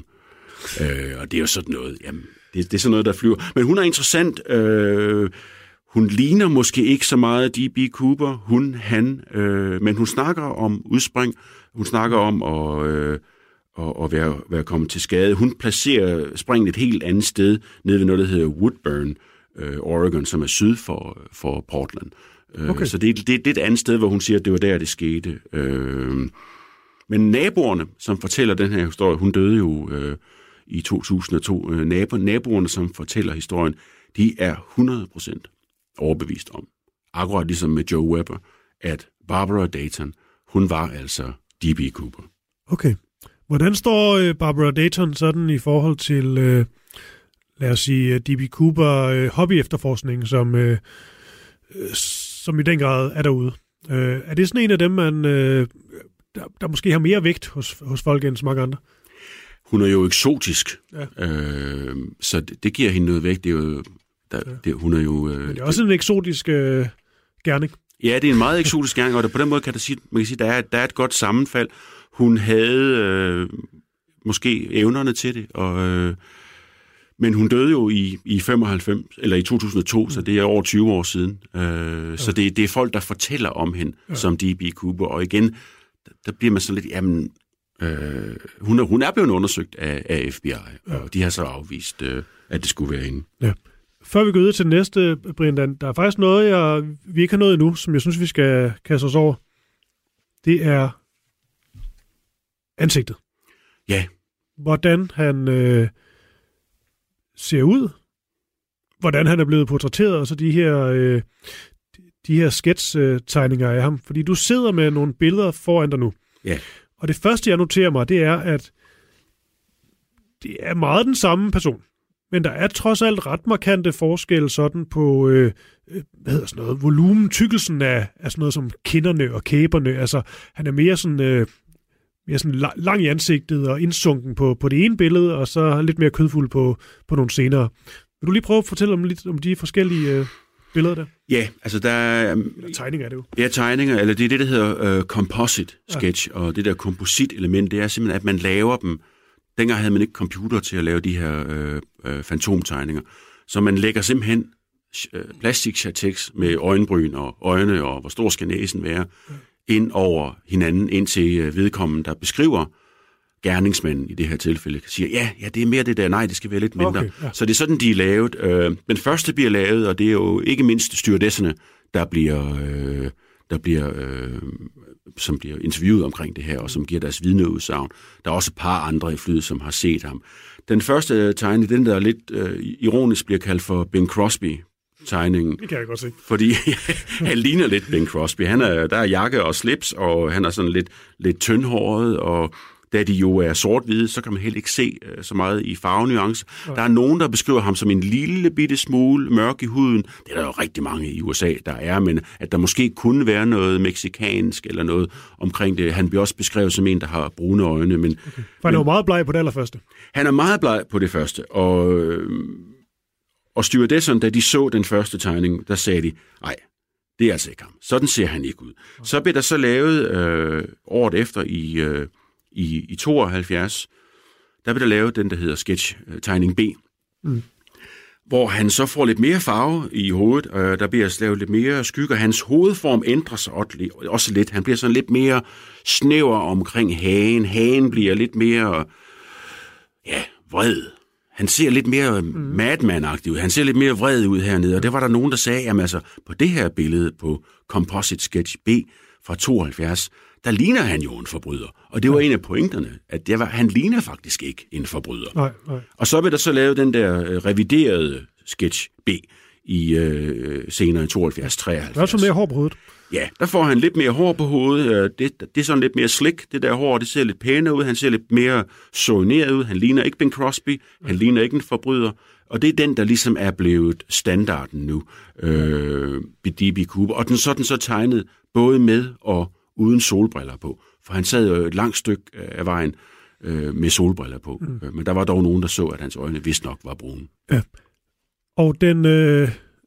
Øh, og det er jo sådan noget, jamen, det, det er sådan noget, der flyver. Men hun er interessant. Øh, hun ligner måske ikke så meget D B Cooper, hun, han, øh, men hun snakker om udspring. Hun snakker om at, øh, at, at være, være kommet til skade. Hun placerer springen et helt andet sted, nede ved noget, der hedder Woodburn, øh, Oregon, som er syd for, for Portland. Okay. Så det, det, det er et andet sted, hvor hun siger, at det var der, det skete. Øh, Men naboerne, som fortæller den her historie, hun døde jo øh, i to tusind og to, øh, nabo, naboerne, som fortæller historien, de er hundrede procent overbevist om, akkurat ligesom med Joe Webber, at Barbara Dayton, hun var altså D B Cooper. Okay. Hvordan står øh, Barbara Dayton sådan i forhold til, øh, lad os sige, D B Cooper øh, hobby-efterforskning, som, øh, som i den grad er derude? Øh, er det sådan en af dem, man... Øh, Der, der måske har mere vægt hos, hos folk end så mange andre? Hun er jo eksotisk, ja. øh, så det, det giver hende noget vægt. Det er jo, der, ja. det, hun er jo, øh, Men det er også det, en eksotisk øh, gerning. Ja, det er en meget eksotisk gerning, og der, på den måde kan, der sige, man kan sige, der er, der er et godt sammenfald. Hun havde øh, måske evnerne til det, og, øh, men hun døde jo i, i femoghalvfems, eller i to tusind og to, mm. så det er over tyve år siden. Øh, ja. Så det, det er folk, der fortæller om hende ja. som D B Cooper, og igen, der bliver man sådan lidt, jamen, øh, hun, er, hun er blevet undersøgt af, af F B I, ja. og de har så afvist, øh, at det skulle være hende. Ja. Før vi går ud til den næste, Brian, der er faktisk noget, jeg, vi ikke har nået endnu, som jeg synes, vi skal kaste os over. Det er ansigtet. Ja. Hvordan han øh, ser ud, hvordan han er blevet portrætteret, og så de her... Øh, de her sketch-tegninger af ham, fordi du sidder med nogle billeder foran dig nu. Ja. Og det første, jeg noterer mig, det er, at det er meget den samme person, men der er trods alt ret markante forskelle sådan på, øh, hvad hedder sådan noget, volumen, tykkelsen af, af sådan noget som kinderne og kæberne. Altså, han er mere sådan, øh, mere sådan lang, lang i ansigtet og indsunken på, på det ene billede, og så lidt mere kødfuld på, på nogle senere. Vil du lige prøve at fortælle om lidt om de forskellige... Øh, billeder der? Ja, altså der er... Tegninger er det jo. Ja, tegninger, eller det er det, der hedder uh, composite sketch, ja. Og det der komposit-element, det er simpelthen, at man laver dem. Dengang havde man ikke computer til at lave de her uh, uh, fantomtegninger. Så man lægger simpelthen uh, plastikchartex med øjenbryn og øjne, og hvor stor skal næsen være, ja. ind over hinanden, indtil uh, vedkommende, der beskriver gerningsmanden i det her tilfælde, siger, ja, ja, det er mere det der, nej, det skal være lidt mindre. Okay, ja. Så det er sådan, de er lavet. Øh, den første bliver lavet, og det er jo ikke mindst stewardesserne, der bliver, øh, der bliver øh, som bliver interviewet omkring det her, og som giver deres vidneudsagn. Der er også et par andre i flyet, som har set ham. Den første tegning, den der lidt øh, ironisk bliver kaldt for Bing Crosby-tegningen. Det kan jeg godt se. Fordi han ligner lidt Bing Crosby. Han er, der er jakke og slips, og han er sådan lidt, lidt tyndhåret, og da de jo er sort-hvide, så kan man heller ikke se uh, så meget i farvenuance. Ja. Der er nogen, der beskriver ham som en lille bitte smule mørk i huden. Det er der jo rigtig mange i U S A, der er, men at der måske kunne være noget meksikansk eller noget omkring det. Han bliver også beskrevet som en, der har brune øjne. Men, okay. For han er jo meget bleg på det allerførste. Han er meget bleg på det første, og, og stewardesserne, da de så den første tegning, der sagde de, nej, det er altså ikke ham. Sådan ser han ikke ud. Okay. Så blev der så lavet øh, året efter i... Øh, I, i tooghalvfjerds, der vil der lave den, der hedder sketch-tegning B, mm. hvor han så får lidt mere farve i hovedet, og der bliver lavet lidt mere skygger. Hans hovedform ændrer sig også lidt. Han bliver sådan lidt mere snæver omkring hagen. Hagen bliver lidt mere, ja, vred. Han ser lidt mere mm. madman-agtig ud. Han ser lidt mere vred ud hernede, og det var der nogen, der sagde, jamen altså, på det her billede på Composite Sketch B fra tooghalvfjerds, der ligner han jo en forbryder. Og det var ja. en af pointerne, at det var, han ligner faktisk ikke en forbryder. Nej, nej. Og så vil der så lave den der øh, reviderede sketch B i øh, senere i tooghalvfjerds treoghalvfjerds. Der er så mere hår på hovedet. Ja, der får han lidt mere hår på hovedet. Det, det er sådan lidt mere slick, det der hår. Det ser lidt pænere ud. Han ser lidt mere soigneret ud. Han ligner ikke Bing Crosby. Han ligner ikke en forbryder. Og det er den, der ligesom er blevet standarden nu. Øh, D B Cooper. Og den så den så tegnet både med og uden solbriller på. For han sad jo et langt stykke af vejen øh, med solbriller på. Mm. Men der var dog nogen, der så, at hans øjne vist nok var brune. Ja. Og den, øh,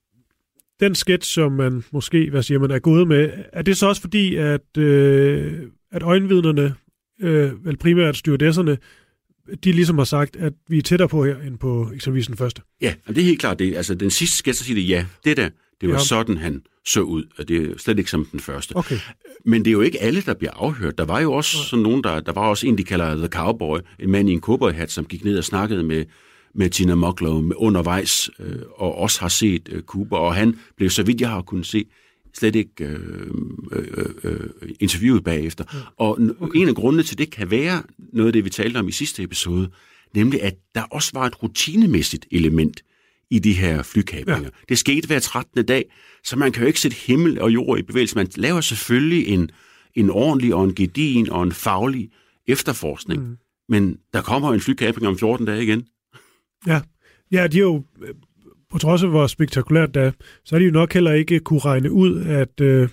den sketch, som man måske, hvad siger man, er gået med, er det så også fordi, at, øh, at øjenvidnerne, øh, vel primært stewardesserne, de ligesom har sagt, at vi er tættere på her, end på eksempelvis den første? Ja, det er helt klart det. Altså, den sidste sketch, så siger det, ja, det der, det var ja. sådan, han så ud, og det er slet ikke som den første. Okay. Men det er jo ikke alle, der bliver afhørt. Der var jo også sådan nogen, der, der var også en, de kalder The Cowboy, en mand i en cowboyhat, som gik ned og snakkede med, med Tina Mucklow undervejs, øh, og også har set øh, Cooper, og han blev, så vidt jeg har kunnet se, slet ikke øh, øh, øh, interviewet bagefter. Ja. Og okay. en af grundene til det kan være noget af det, vi talte om i sidste episode, nemlig at der også var et rutinemæssigt element i de her flykabringer. Ja. Det skete hver trettende dag, så man kan jo ikke sætte himmel og jord i bevægelse. Man laver selvfølgelig en, en ordentlig og en gedigen og en faglig efterforskning. Mm. Men der kommer en flykabring om fjorten dage igen. Ja, ja, de er jo, på trods af hvor spektakulært det er, så er de jo nok heller ikke kunne regne ud, at, øh,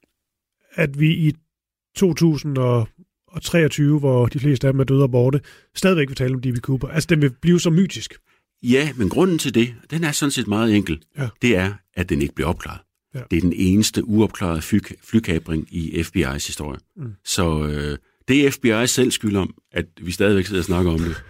at vi i to tusind treogtyve, hvor de fleste af dem er døde og borte, stadigvæk vil tale om D B Cooper. Altså, den vil blive så mytisk. Ja, men grunden til det, den er sådan set meget enkel. Ja. Det er, at den ikke bliver opklaret. Ja. Det er den eneste uopklarede fly, flykabring i F B I's historie. Mm. Så øh, det er F B I selv skyld om, at vi stadigvæk sidder og snakker om det.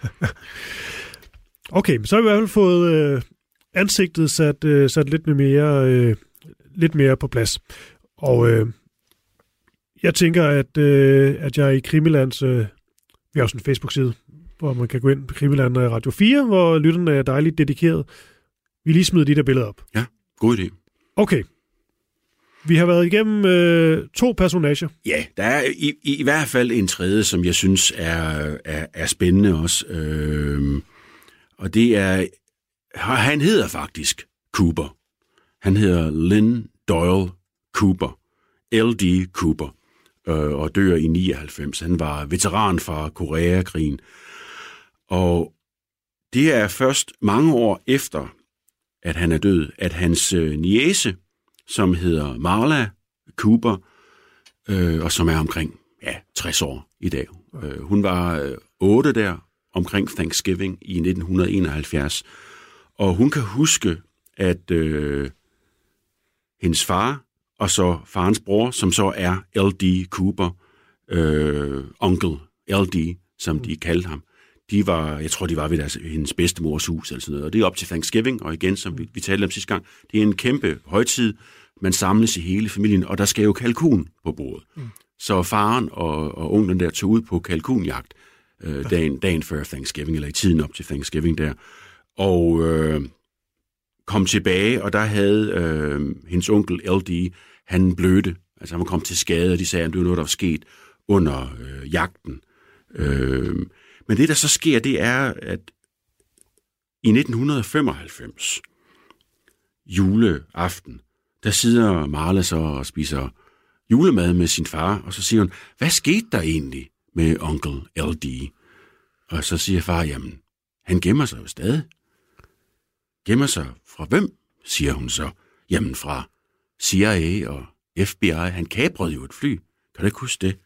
Okay, så har vi i hvert fald fået øh, ansigtet sat, øh, sat lidt mere, øh, lidt mere på plads. Og øh, jeg tænker, at, øh, at jeg i Krimilands, øh, vi har også en Facebook-side, hvor man kan gå ind på Krimiland Radio fire, hvor lytterne er dejligt dedikeret. Vi lige smider de der billeder op. Ja, god idé. Okay. Vi har været igennem øh, to personager. Ja, der er i, i, i hvert fald en tredje, som jeg synes er, er, er spændende også. Øh, og det er, han hedder faktisk Cooper. Han hedder Lynn Doyle Cooper. L D Cooper. Øh, og dør i nioghalvfems. Han var veteran fra Koreakrigen. Og det er først mange år efter, at han er død, at hans øh, niece, som hedder Marla Cooper, øh, og som er omkring ja, tres år i dag. Øh, hun var øh, otte der omkring Thanksgiving i nitten enoghalvfjerds, og hun kan huske, at øh, hendes far og så farens bror, som så er L D Cooper, øh, onkel L D, som de kaldte ham, de var, jeg tror, de var ved deres, hendes bedstemors hus, eller sådan noget. Og det er op til Thanksgiving, og igen, som vi, vi talte om sidste gang, det er en kæmpe højtid, man samles i hele familien, og der skal jo kalkun på bordet. Mm. Så faren og, og onklen der tog ud på kalkunjagt øh, dagen, dagen før Thanksgiving, eller i tiden op til Thanksgiving der, og øh, kom tilbage, og der havde øh, hendes onkel L D, han blødte Altså han var kommet til skade, og de sagde, at det var noget, der var sket under øh, jagten. Øh, men det, der så sker, det er, at i nitten femoghalvfems, juleaften, der sidder Marla så og spiser julemad med sin far, og så siger hun, hvad skete der egentlig med onkel L D? Og så siger far, jamen, han gemmer sig jo stadig. Gemmer sig fra hvem, siger hun så. Jamen fra C I A og F B I. Han kabrede jo et fly. Kan du ikke huske det?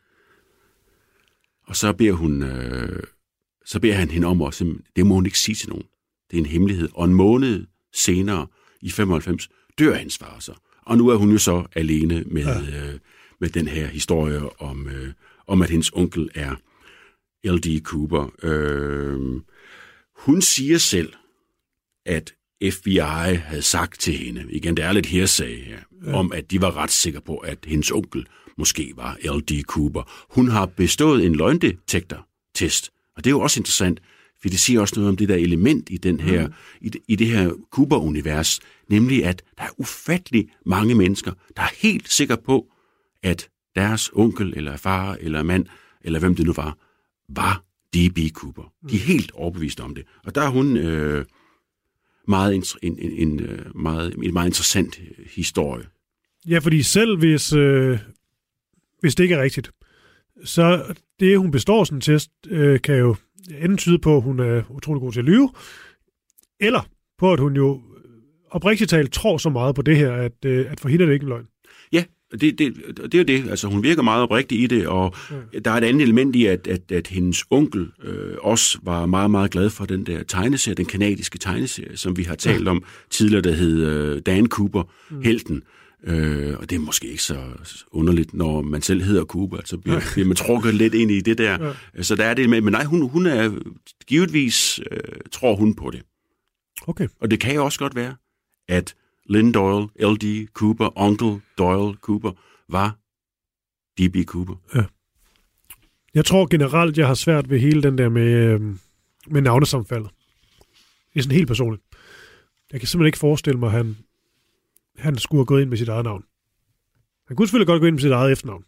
Og så beder hun, øh, så beder han hende om at det må hun ikke sige til nogen. Det er en hemmelighed. Og en måned senere, i femoghalvfems, dør hendes far så. Og nu er hun jo så alene med, ja. øh, med den her historie om, øh, om, at hendes onkel er L D Cooper. Øh, hun siger selv, at F B I havde sagt til hende, igen, det er lidt hearsay her, ja. om at de var ret sikre på, at hendes onkel måske var L D Cooper. Hun har bestået en løgndetektor-test, og det er jo også interessant, for det siger også noget om det der element i, den her, mm. i, det, i det her Cooper-univers, nemlig at der er ufattelig mange mennesker, der er helt sikre på, at deres onkel, eller far, eller mand, eller hvem det nu var, var D B Cooper. De er helt overbevist om det. Og der er hun øh, meget en, en, en, en, meget, en meget interessant historie. Ja, fordi selv hvis, øh, hvis det ikke er rigtigt, så det, hun består sådan en test, øh, kan jo enten tyde på, at hun er utrolig god til at lyve, eller på, at hun jo oprigtigt talt tror så meget på det her, at, øh, at for hende er det ikke en løgn. Ja, det, det, det er jo det. Altså, hun virker meget oprigtig i det, og ja. der er et andet element i, at, at, at hendes onkel øh, også var meget, meget glad for den der tegneserie, den kanadiske tegneserie, som vi har talt ja. om tidligere, der hed øh, Dan Cooper, mm. helten. Øh, og det er måske ikke så underligt, når man selv hedder Cooper, så bliver, ja. bliver man trukket lidt ind i det der. Ja. Så der er det med, men nej, hun, hun er givetvis, øh, tror hun på det. Okay. Og det kan jo også godt være, at Lynn Doyle, L D Cooper, onkel Doyle Cooper, var D B Cooper. Ja. Jeg tror generelt, jeg har svært ved hele den der med, øh, med navnesammenfaldet. Det er sådan helt personligt. Jeg kan simpelthen ikke forestille mig, at han, han skulle have gået ind med sit eget navn. Han kunne selvfølgelig godt gå ind med sit eget efternavn.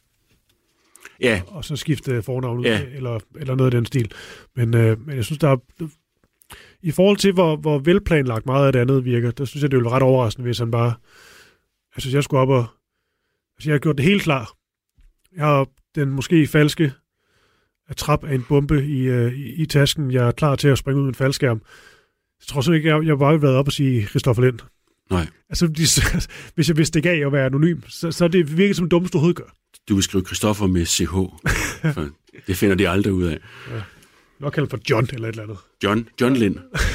Ja. Og så skifte fornavn ud, ja. eller, eller noget af den stil. Men, øh, men jeg synes, der er... I forhold til, hvor, hvor velplanlagt meget af det andet virker, der synes jeg, det ville være ret overraskende, hvis han bare... Jeg synes, jeg skulle op og... Altså, jeg har gjort det helt klar. Jeg har den måske falske trap af en bombe i, uh, i, i tasken. Jeg er klar til at springe ud med en faldskærm. Jeg tror simpelthen ikke, jeg, jeg har bare været op og sige Christoffer Lind. Nej. Altså, de, hvis jeg vidste det gav at være anonym, så, så er det virkelig som det dummeste, du overhovedet gør. Du vil skrive Christoffer med C H. Det finder de aldrig ud af. Ja. Nok kaldt for John eller et eller andet. John, John Lind.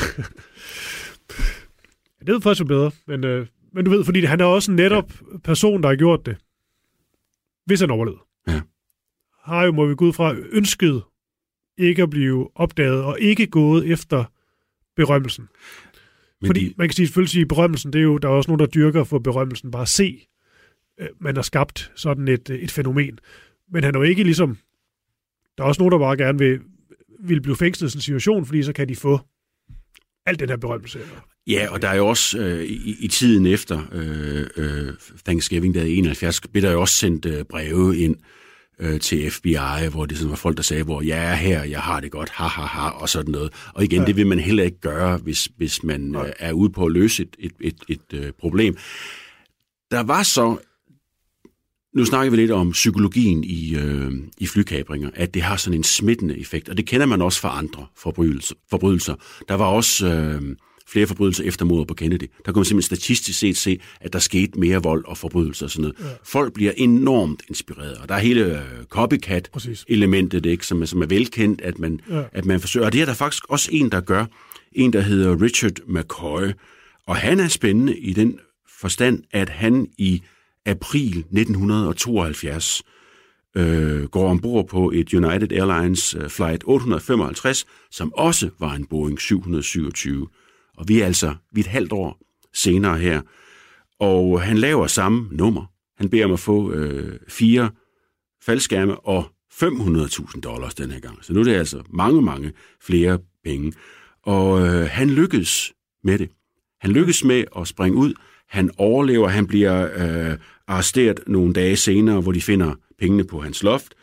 Ja, det er faktisk bedre, men, øh, men du ved, fordi han er også netop ja. person, der har gjort det, hvis han overlevede. Ja. Har jo, må vi gå ud fra, ønsket ikke at blive opdaget, og ikke gået efter berømmelsen. Men fordi de... man kan sige, selvfølgelig sige, berømmelsen, det er jo, der er også nogen, der dyrker for berømmelsen, bare se, øh, man har skabt sådan et, et fænomen. Men han er jo ikke ligesom, der er også nogen, der bare gerne vil, vil blive fængslet i sådan en situation, fordi så kan de få alt den her berømmelse. Ja, og der er jo også øh, i, i tiden efter øh, øh, Thanksgiving, der i enoghalvfjerds, blev der jo også sendt øh, breve ind øh, til F B I, hvor det sådan var folk, der sagde, hvor jeg er her, jeg har det godt, ha, ha, ha, og sådan noget. Og igen, ja. det vil man heller ikke gøre, hvis, hvis man øh, er ude på at løse et, et, et, et øh, problem. Der var så, nu snakker vi lidt om psykologien i, øh, i flykabringer, at det har sådan en smittende effekt, og det kender man også fra andre forbrydelser. forbrydelser. Der var også... Øh, flere forbrydelser efter mordet på Kennedy. Der kunne man simpelthen statistisk set se, at der skete mere vold og forbrydelser og sådan noget. Ja. Folk bliver enormt inspireret, og der er hele uh, copycat-elementet, ikke, som, er, som er velkendt, at man, ja. at man forsøger. Og det er der faktisk også en, der gør. En, der hedder Richard McCoy, og han er spændende i den forstand, at han i april nitten tooghalvfjerds øh, går ombord på et United Airlines uh, flight otte hundrede femoghalvtreds, som også var en Boeing syv hundrede syvogtyve. Og vi er altså vi er et halvt år senere her. Og han laver samme nummer. Han beder om at få øh, fire faldskærme og fem hundrede tusind dollars den her gang. Så nu er det altså mange, mange flere penge. Og øh, han lykkes med det. Han lykkes med at springe ud. Han overlever, han bliver øh, arresteret nogle dage senere, hvor de finder pengene på hans loft.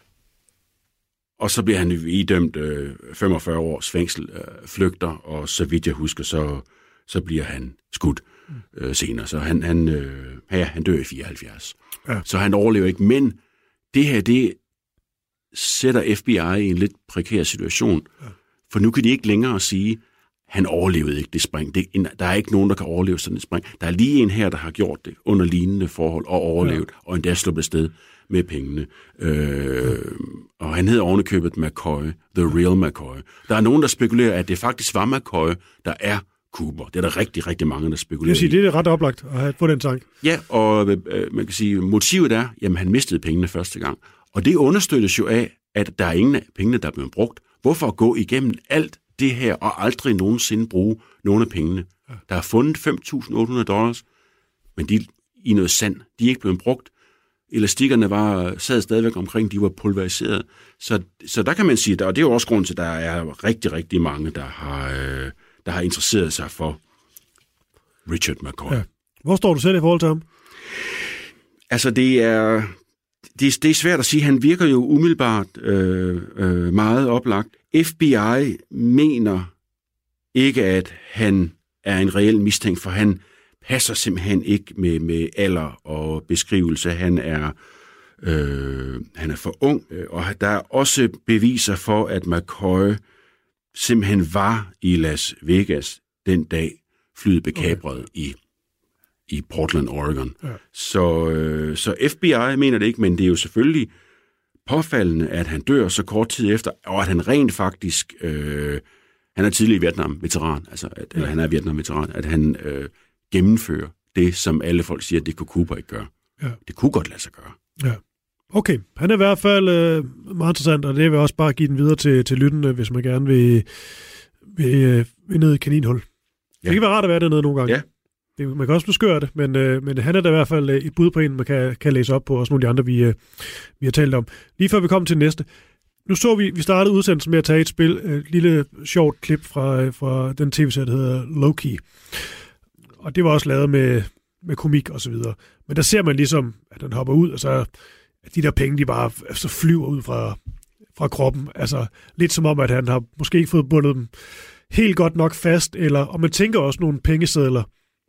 Og så bliver han idømt øh, femogfyrre års fængsel, øh, flygter, og så vidt jeg husker, så, så bliver han skudt øh, senere. Så han, han, øh, ja, han dør i fireoghalvfjerds. Ja. Så han overlever ikke. Men det her, det sætter F B I i en lidt prekær situation. Ja. For nu kan de ikke længere sige, han overlevede ikke det spring. Det, der er ikke nogen, der kan overleve sådan et spring. Der er lige en her, der har gjort det under lignende forhold og overlevet, ja. Og endda sluppet sted med pengene. Øh, ja. Og han hedder ovenikøbet McCoy, The Real McCoy. Der er nogen, der spekulerer, at det faktisk var McCoy, der er Cooper. Det er der rigtig, rigtig mange, der spekulerer. Jeg siger, det er ret oplagt at have få den tanke. Ja, og øh, man kan sige, motivet er, jamen han mistede pengene første gang. Og det understøttes jo af, at der er ingen af pengene, der er blevet brugt. Hvorfor gå igennem alt det her, og aldrig nogensinde bruge nogle af pengene? Ja. Der er fundet fem tusind otte hundrede dollars, men de i noget sand, de er ikke blevet brugt. Elastikkerne var, sad stadigvæk omkring, de var pulveriseret. Så, så der kan man sige, og det er jo også grund til, at der er rigtig, rigtig mange, der har, øh, der har interesseret sig for Richard McCoy. Ja. Hvor står du selv i forhold til ham? Altså, det er, det er, det er svært at sige. Han virker jo umiddelbart øh, øh, meget oplagt. F B I mener ikke, at han er en reel mistænkt, for han passer simpelthen ikke med, med alder og beskrivelse. Han er, øh, han er for ung, og der er også beviser for, at McCoy simpelthen var i Las Vegas den dag, flyet bekabrede okay. i, i Portland, Oregon. Ja. Så, øh, så F B I mener det ikke, men det er jo selvfølgelig påfaldende, at han dør så kort tid efter, og at han rent faktisk, øh, han er tidligere Vietnam-veteran, altså at, ja. eller han er Vietnam-veteran, at han øh, gennemfører det, som alle folk siger, at det kunne Cooper ikke gøre. Ja. Det kunne godt lade sig gøre. Ja. Okay, han er i hvert fald øh, meget interessant, og det vil også bare give den videre til, til lyttende, hvis man gerne vil, vil, øh, vil ned i kaninhul. Ja. Det kan være rart at være dernede nogle gange. Ja. Det, man kan også beskøre det, men, øh, men han er da i hvert fald et bud på en, man kan, kan læse op på, også nogle af de andre, vi, øh, vi har talt om. Lige før vi kommer til næste. Nu så vi, vi startede udsendelsen med at tage et spil, et lille sjovt klip fra, fra den tv-serie, der hedder Loki. Og det var også lavet med, med komik og så videre. Men der ser man ligesom, at den hopper ud, og så at de der penge, de bare så flyver ud fra, fra kroppen. Altså lidt som om, at han har måske ikke fået bundet dem helt godt nok fast, eller, og man tænker også nogle pengesedler,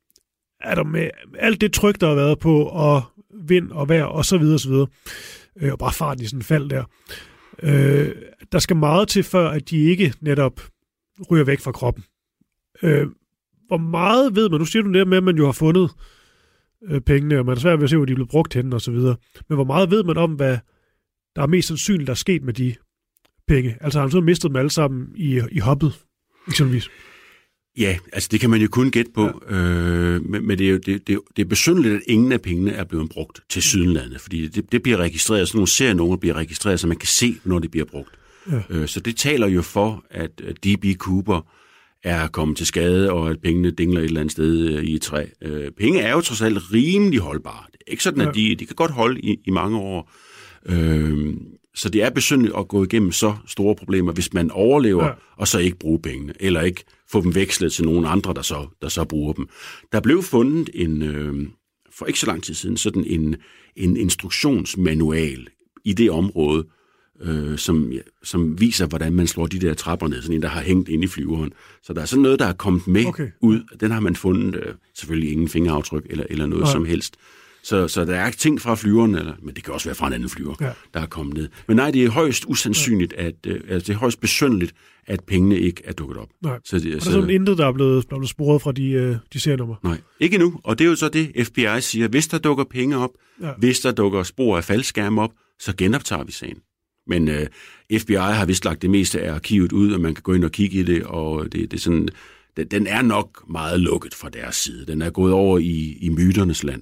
er der med alt det tryk, der har været på, og vind og vejr, og så videre, og så videre, øh, og bare farten i sådan en fald der. Øh, der skal meget til, før at de ikke netop ryger væk fra kroppen. Øh, hvor meget ved man, nu siger du det med, at man jo har fundet øh, pengene, og man er svært ved at se, hvor de er blevet brugt henne, og så videre. Men hvor meget ved man om, hvad der er mest sandsynligt, der er sket med de penge? Altså har han så mistet dem alle sammen i, i hoppet, eksempelvis? Ja, altså det kan man jo kun gætte på, ja. øh, men, men det er jo det, det, det er besynderligt, at ingen af pengene er blevet brugt til Sydenlandet, fordi det, det bliver registreret, sådan nogle serienummer bliver registreret, så man kan se, når det bliver brugt. Ja. Øh, så det taler jo for, at D B. Cooper er kommet til skade, og at pengene dingler et eller andet sted i et træ. Øh, penge er jo trods alt rimelig holdbare. Det er ikke sådan, at de, de kan godt holde i, i mange år. Øh, så det er besynderligt at gå igennem så store problemer, hvis man overlever, ja. Og så ikke bruge pengene, eller ikke få dem vekslet til nogle andre, der så, der så bruger dem. Der blev fundet en, øh, for ikke så lang tid siden, sådan en, en instruktionsmanual i det område, øh, som, som viser, hvordan man slår de der trapper ned, sådan en, der har hængt inde i flyveren. Så der er sådan noget, der er kommet med okay. ud. Den har man fundet, øh, selvfølgelig ingen fingeraftryk eller, eller noget Nej. Som helst. Så, så der er ting fra flyveren, eller, men det kan også være fra en anden flyver, ja. Der er kommet ned. Men nej, det er højst usandsynligt, at, øh, altså det er højst besynderligt, at pengene ikke er dukket op. Nej. Så det, og der er så, sådan intet, der er blevet, der er blevet sporet fra de, øh, de serienummer? Nej, ikke endnu. Og det er jo så det, F B I siger. Hvis der dukker penge op, ja. Hvis der dukker spor af faldskærm op, så genoptager vi sagen. Men øh, F B I har vist lagt det meste af arkivet ud, og man kan gå ind og kigge i det, og det, det er sådan, det, den er nok meget lukket fra deres side. Den er gået over i, i myternes land.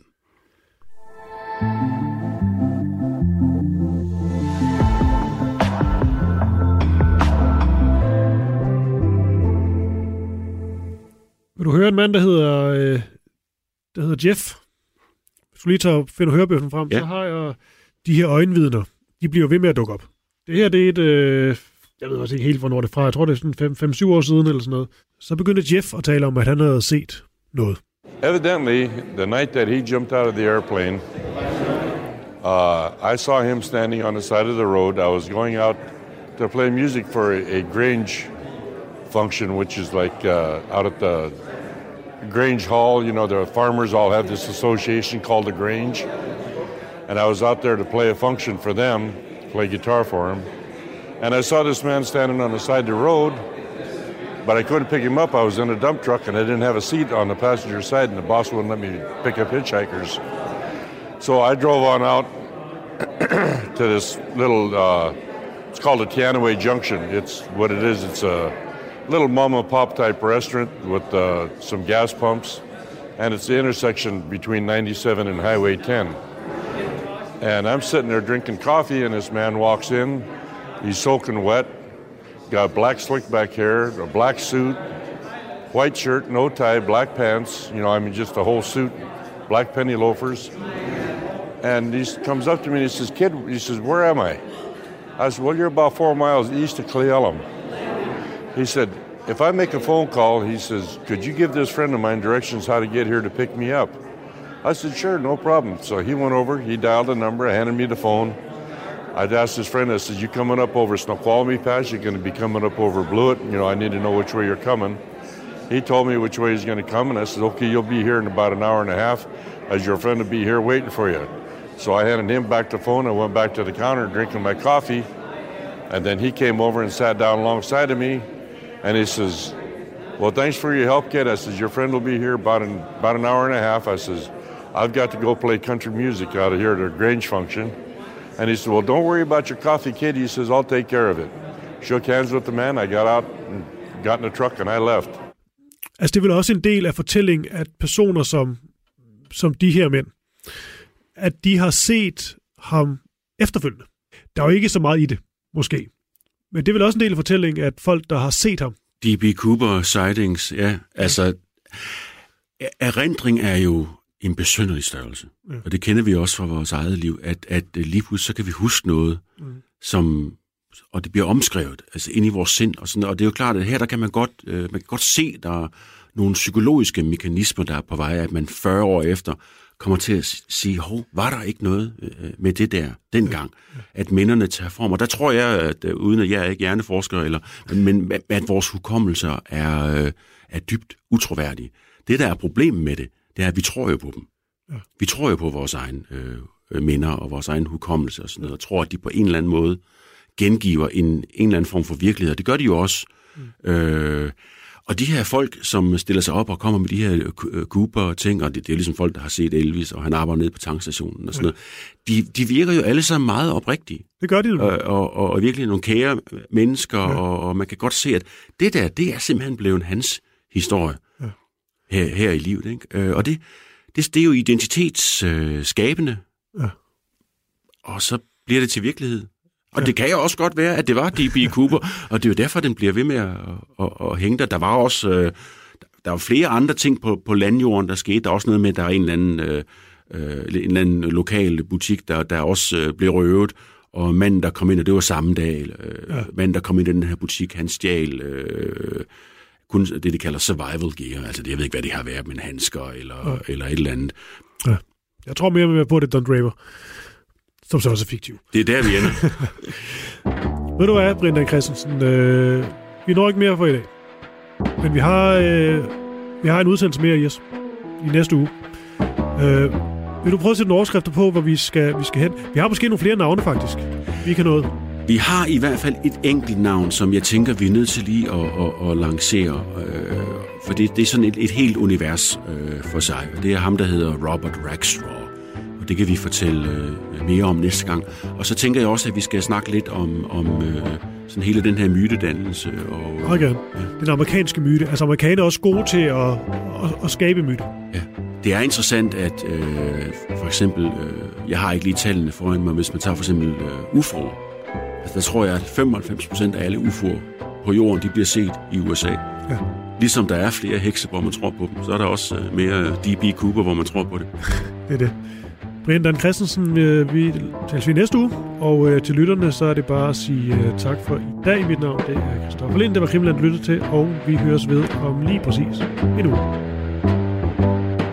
Vil du høre en mand, der hedder, øh, der hedder Jeff? Hvis du lige tager og finder hørebøffen frem, ja. Så har jeg de her øjenvidner. De bliver ved med at dukke op. Det her, det er et, øh, jeg ved også ikke helt, hvornår det er fra. Jeg tror, det er sådan fem syv år siden eller sådan noget. Så begyndte Jeff at tale om, at han havde set noget. Evidently, the night that he jumped out of the airplane, uh, I saw him standing on the side of the road. I was going out to play music for a, a Grange function, which is like uh, out at the Grange Hall. You know, the farmers all have this association called the Grange. And I was out there to play a function for them, play guitar for them. And I saw this man standing on the side of the road, but I couldn't pick him up. I was in a dump truck and I didn't have a seat on the passenger side, and the boss wouldn't let me pick up hitchhikers. So I drove on out to this little, uh, it's called a Teanaway Junction. It's what it is. It's a little mom and pop type restaurant with uh, some gas pumps, and it's the intersection between ninety-seven and Highway ten. And I'm sitting there drinking coffee, and this man walks in. He's soaking wet, got black slick back hair, a black suit, white shirt, no tie, black pants, you know, I mean, just a whole suit, black penny loafers. And he comes up to me and he says, "Kid," he says, "where am I?" I said, "Well, you're about four miles east of Cle Elum." He said, "If I make a phone call," he says, "could you give this friend of mine directions how to get here to pick me up?" I said, "Sure, no problem." So he went over, he dialed the number, handed me the phone. I'd asked his friend, I said, "You coming up over Snoqualmie Pass? You're going to be coming up over Blewett. You know, I need to know which way you're coming." He told me which way he's going to come, and I said, "Okay, you'll be here in about an hour and a half, as your friend will be here waiting for you." So I handed him back the phone. I went back to the counter drinking my coffee, and then he came over and sat down alongside of me, and he says, "Well, thanks for your help, kid." I says, "Your friend will be here about an, about an hour and a half." I says, "I've got to go play country music out of here at a Grange function." And he said, "Well, don't worry about your coffee, kid." He says, "I'll take care of it." Shook hands with the man. I got out and got in the truck, and I left. Altså, det er vel også en del af fortællingen, at personer som, som de her mænd, at de har set ham efterfølgende. Der er jo ikke så meget i det, måske. Men det er vel også en del af fortællingen, at folk, der har set ham. D B. Cooper sightings, ja. Altså, erindring er jo en besynderlig størrelse. Ja. Og det kender vi også fra vores eget liv, at, at lige pludselig så kan vi huske noget, mm. som, og det bliver omskrevet, altså ind i vores sind. Og, sådan, og det er jo klart, at her der kan man godt, øh, man kan godt se, der er nogle psykologiske mekanismer, der er på vej, at man fyrre år efter kommer til at sige, hov, var der ikke noget øh, med det der dengang, ja. Ja. At minderne tager form. Og der tror jeg, at øh, uden at jeg er ikke hjerneforsker, eller, men, men at vores hukommelser er, øh, er dybt utroværdige. Det, der er problemet med det, det er, at vi tror jo på dem. Ja. Vi tror jo på vores egen øh, minder og vores egen hukommelse og sådan noget, og tror, at de på en eller anden måde gengiver en, en eller anden form for virkelighed. Det gør de jo også. Mm. Øh, og de her folk, som stiller sig op og kommer med de her Cooper-ting, og det, det er jo ligesom folk, der har set Elvis, og han arbejder nede på tankstationen og sådan noget, de, de virker jo alle sammen meget oprigtige. Det gør de jo. Og, og, og virkelig nogle kære mennesker, ja. og, og man kan godt se, at det der, det er simpelthen blevet hans historie. Ja. Her, her i livet, ikke? Øh, og det, det, det er jo identitetsskabende, øh, ja. Og så bliver det til virkelighed. Og ja. Det kan jo også godt være, at det var D B. Cooper, og det er jo derfor, den bliver ved med at, at, at hænge der. Der var også øh, der var flere andre ting på, på landjorden, der skete. Der er også noget med, at der er en eller anden, øh, en eller anden lokal butik, der, der også øh, blev røvet, og manden, der kom ind, og det var samme dag, øh, ja. Manden, der kom ind i den her butik, han stjal... Øh, kun det, de kalder survival gear. Altså, det, jeg ved ikke, hvad det har været, men handsker eller, ja. eller et eller andet. Ja. Jeg tror mere med på det, Don Draper, som så også er fiktiv. Det er der, vi ender. Ved du hvad, Brendan Christensen? Øh, vi når ikke mere for i dag. Men vi har, øh, vi har en udsendelse mere i os i næste uge. Øh, vil du prøve at sætte nogle overskrifter på, hvor vi skal, vi skal hen? Vi har måske nogle flere navne, faktisk. Vi kan noget. Vi har i hvert fald et enkelt navn, som jeg tænker, vi er nødt til lige at, at, at lancere. Øh, for det, det er sådan et, et helt univers øh, for sig. Og det er ham, der hedder Robert Rackstraw. Og det kan vi fortælle øh, mere om næste gang. Og så tænker jeg også, at vi skal snakke lidt om, om øh, sådan hele den her mytedannelse. Og, øh, okay. Ja. Den amerikanske myte. Altså amerikanere er også gode til at, at, at skabe myte. Ja. Det er interessant, at øh, for eksempel, øh, jeg har ikke lige tallene foran mig, hvis man tager for eksempel øh, U F O'er. Altså, der tror jeg, at femoghalvfems procent af alle U F O'er på jorden, de bliver set i U S A. Ja. Ligesom der er flere hekse, hvor man tror på dem, så er der også uh, mere D B. Cooper, hvor man tror på det. Det er det. Brendan Christensen, øh, vi tales vi næste uge, og øh, til lytterne, så er det bare at sige øh, tak for i dag. Mit navn det er Christoffer Lind, det var Krimiland lyttet til, og vi høres ved om lige præcis en uge.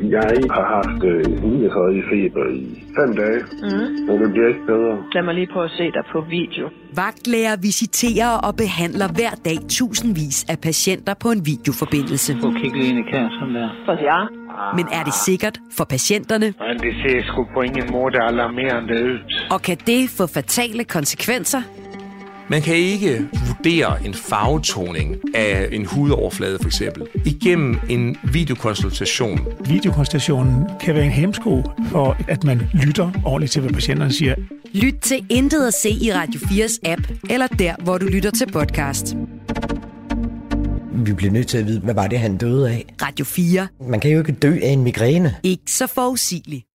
Jeg har haft øh, niogtredive feber i fem dage, mm. og det bliver ikke bedre. Lad mig lige prøve at se dig på video. Vagtlæger visiterer og behandler hver dag tusindvis af patienter på en videoforbindelse. Prøv at kigge lige ind i kassen der. For ja. Men er det sikkert for patienterne? Men det ser sgu på ingen måde alarmerende ud. Og kan det få fatale konsekvenser? Man kan ikke vurdere en farvetoning af en hudoverflade for eksempel igennem en videokonsultation. Videokonsultationen kan være en hæmsko for, at man lytter ordentligt til, hvad patienterne siger. Lyt til Intet at se i Radio fires app, eller der, hvor du lytter til podcast. Vi bliver nødt til at vide, hvad var det, han døde af? Radio fire. Man kan jo ikke dø af en migræne. Ikke så forudsigeligt.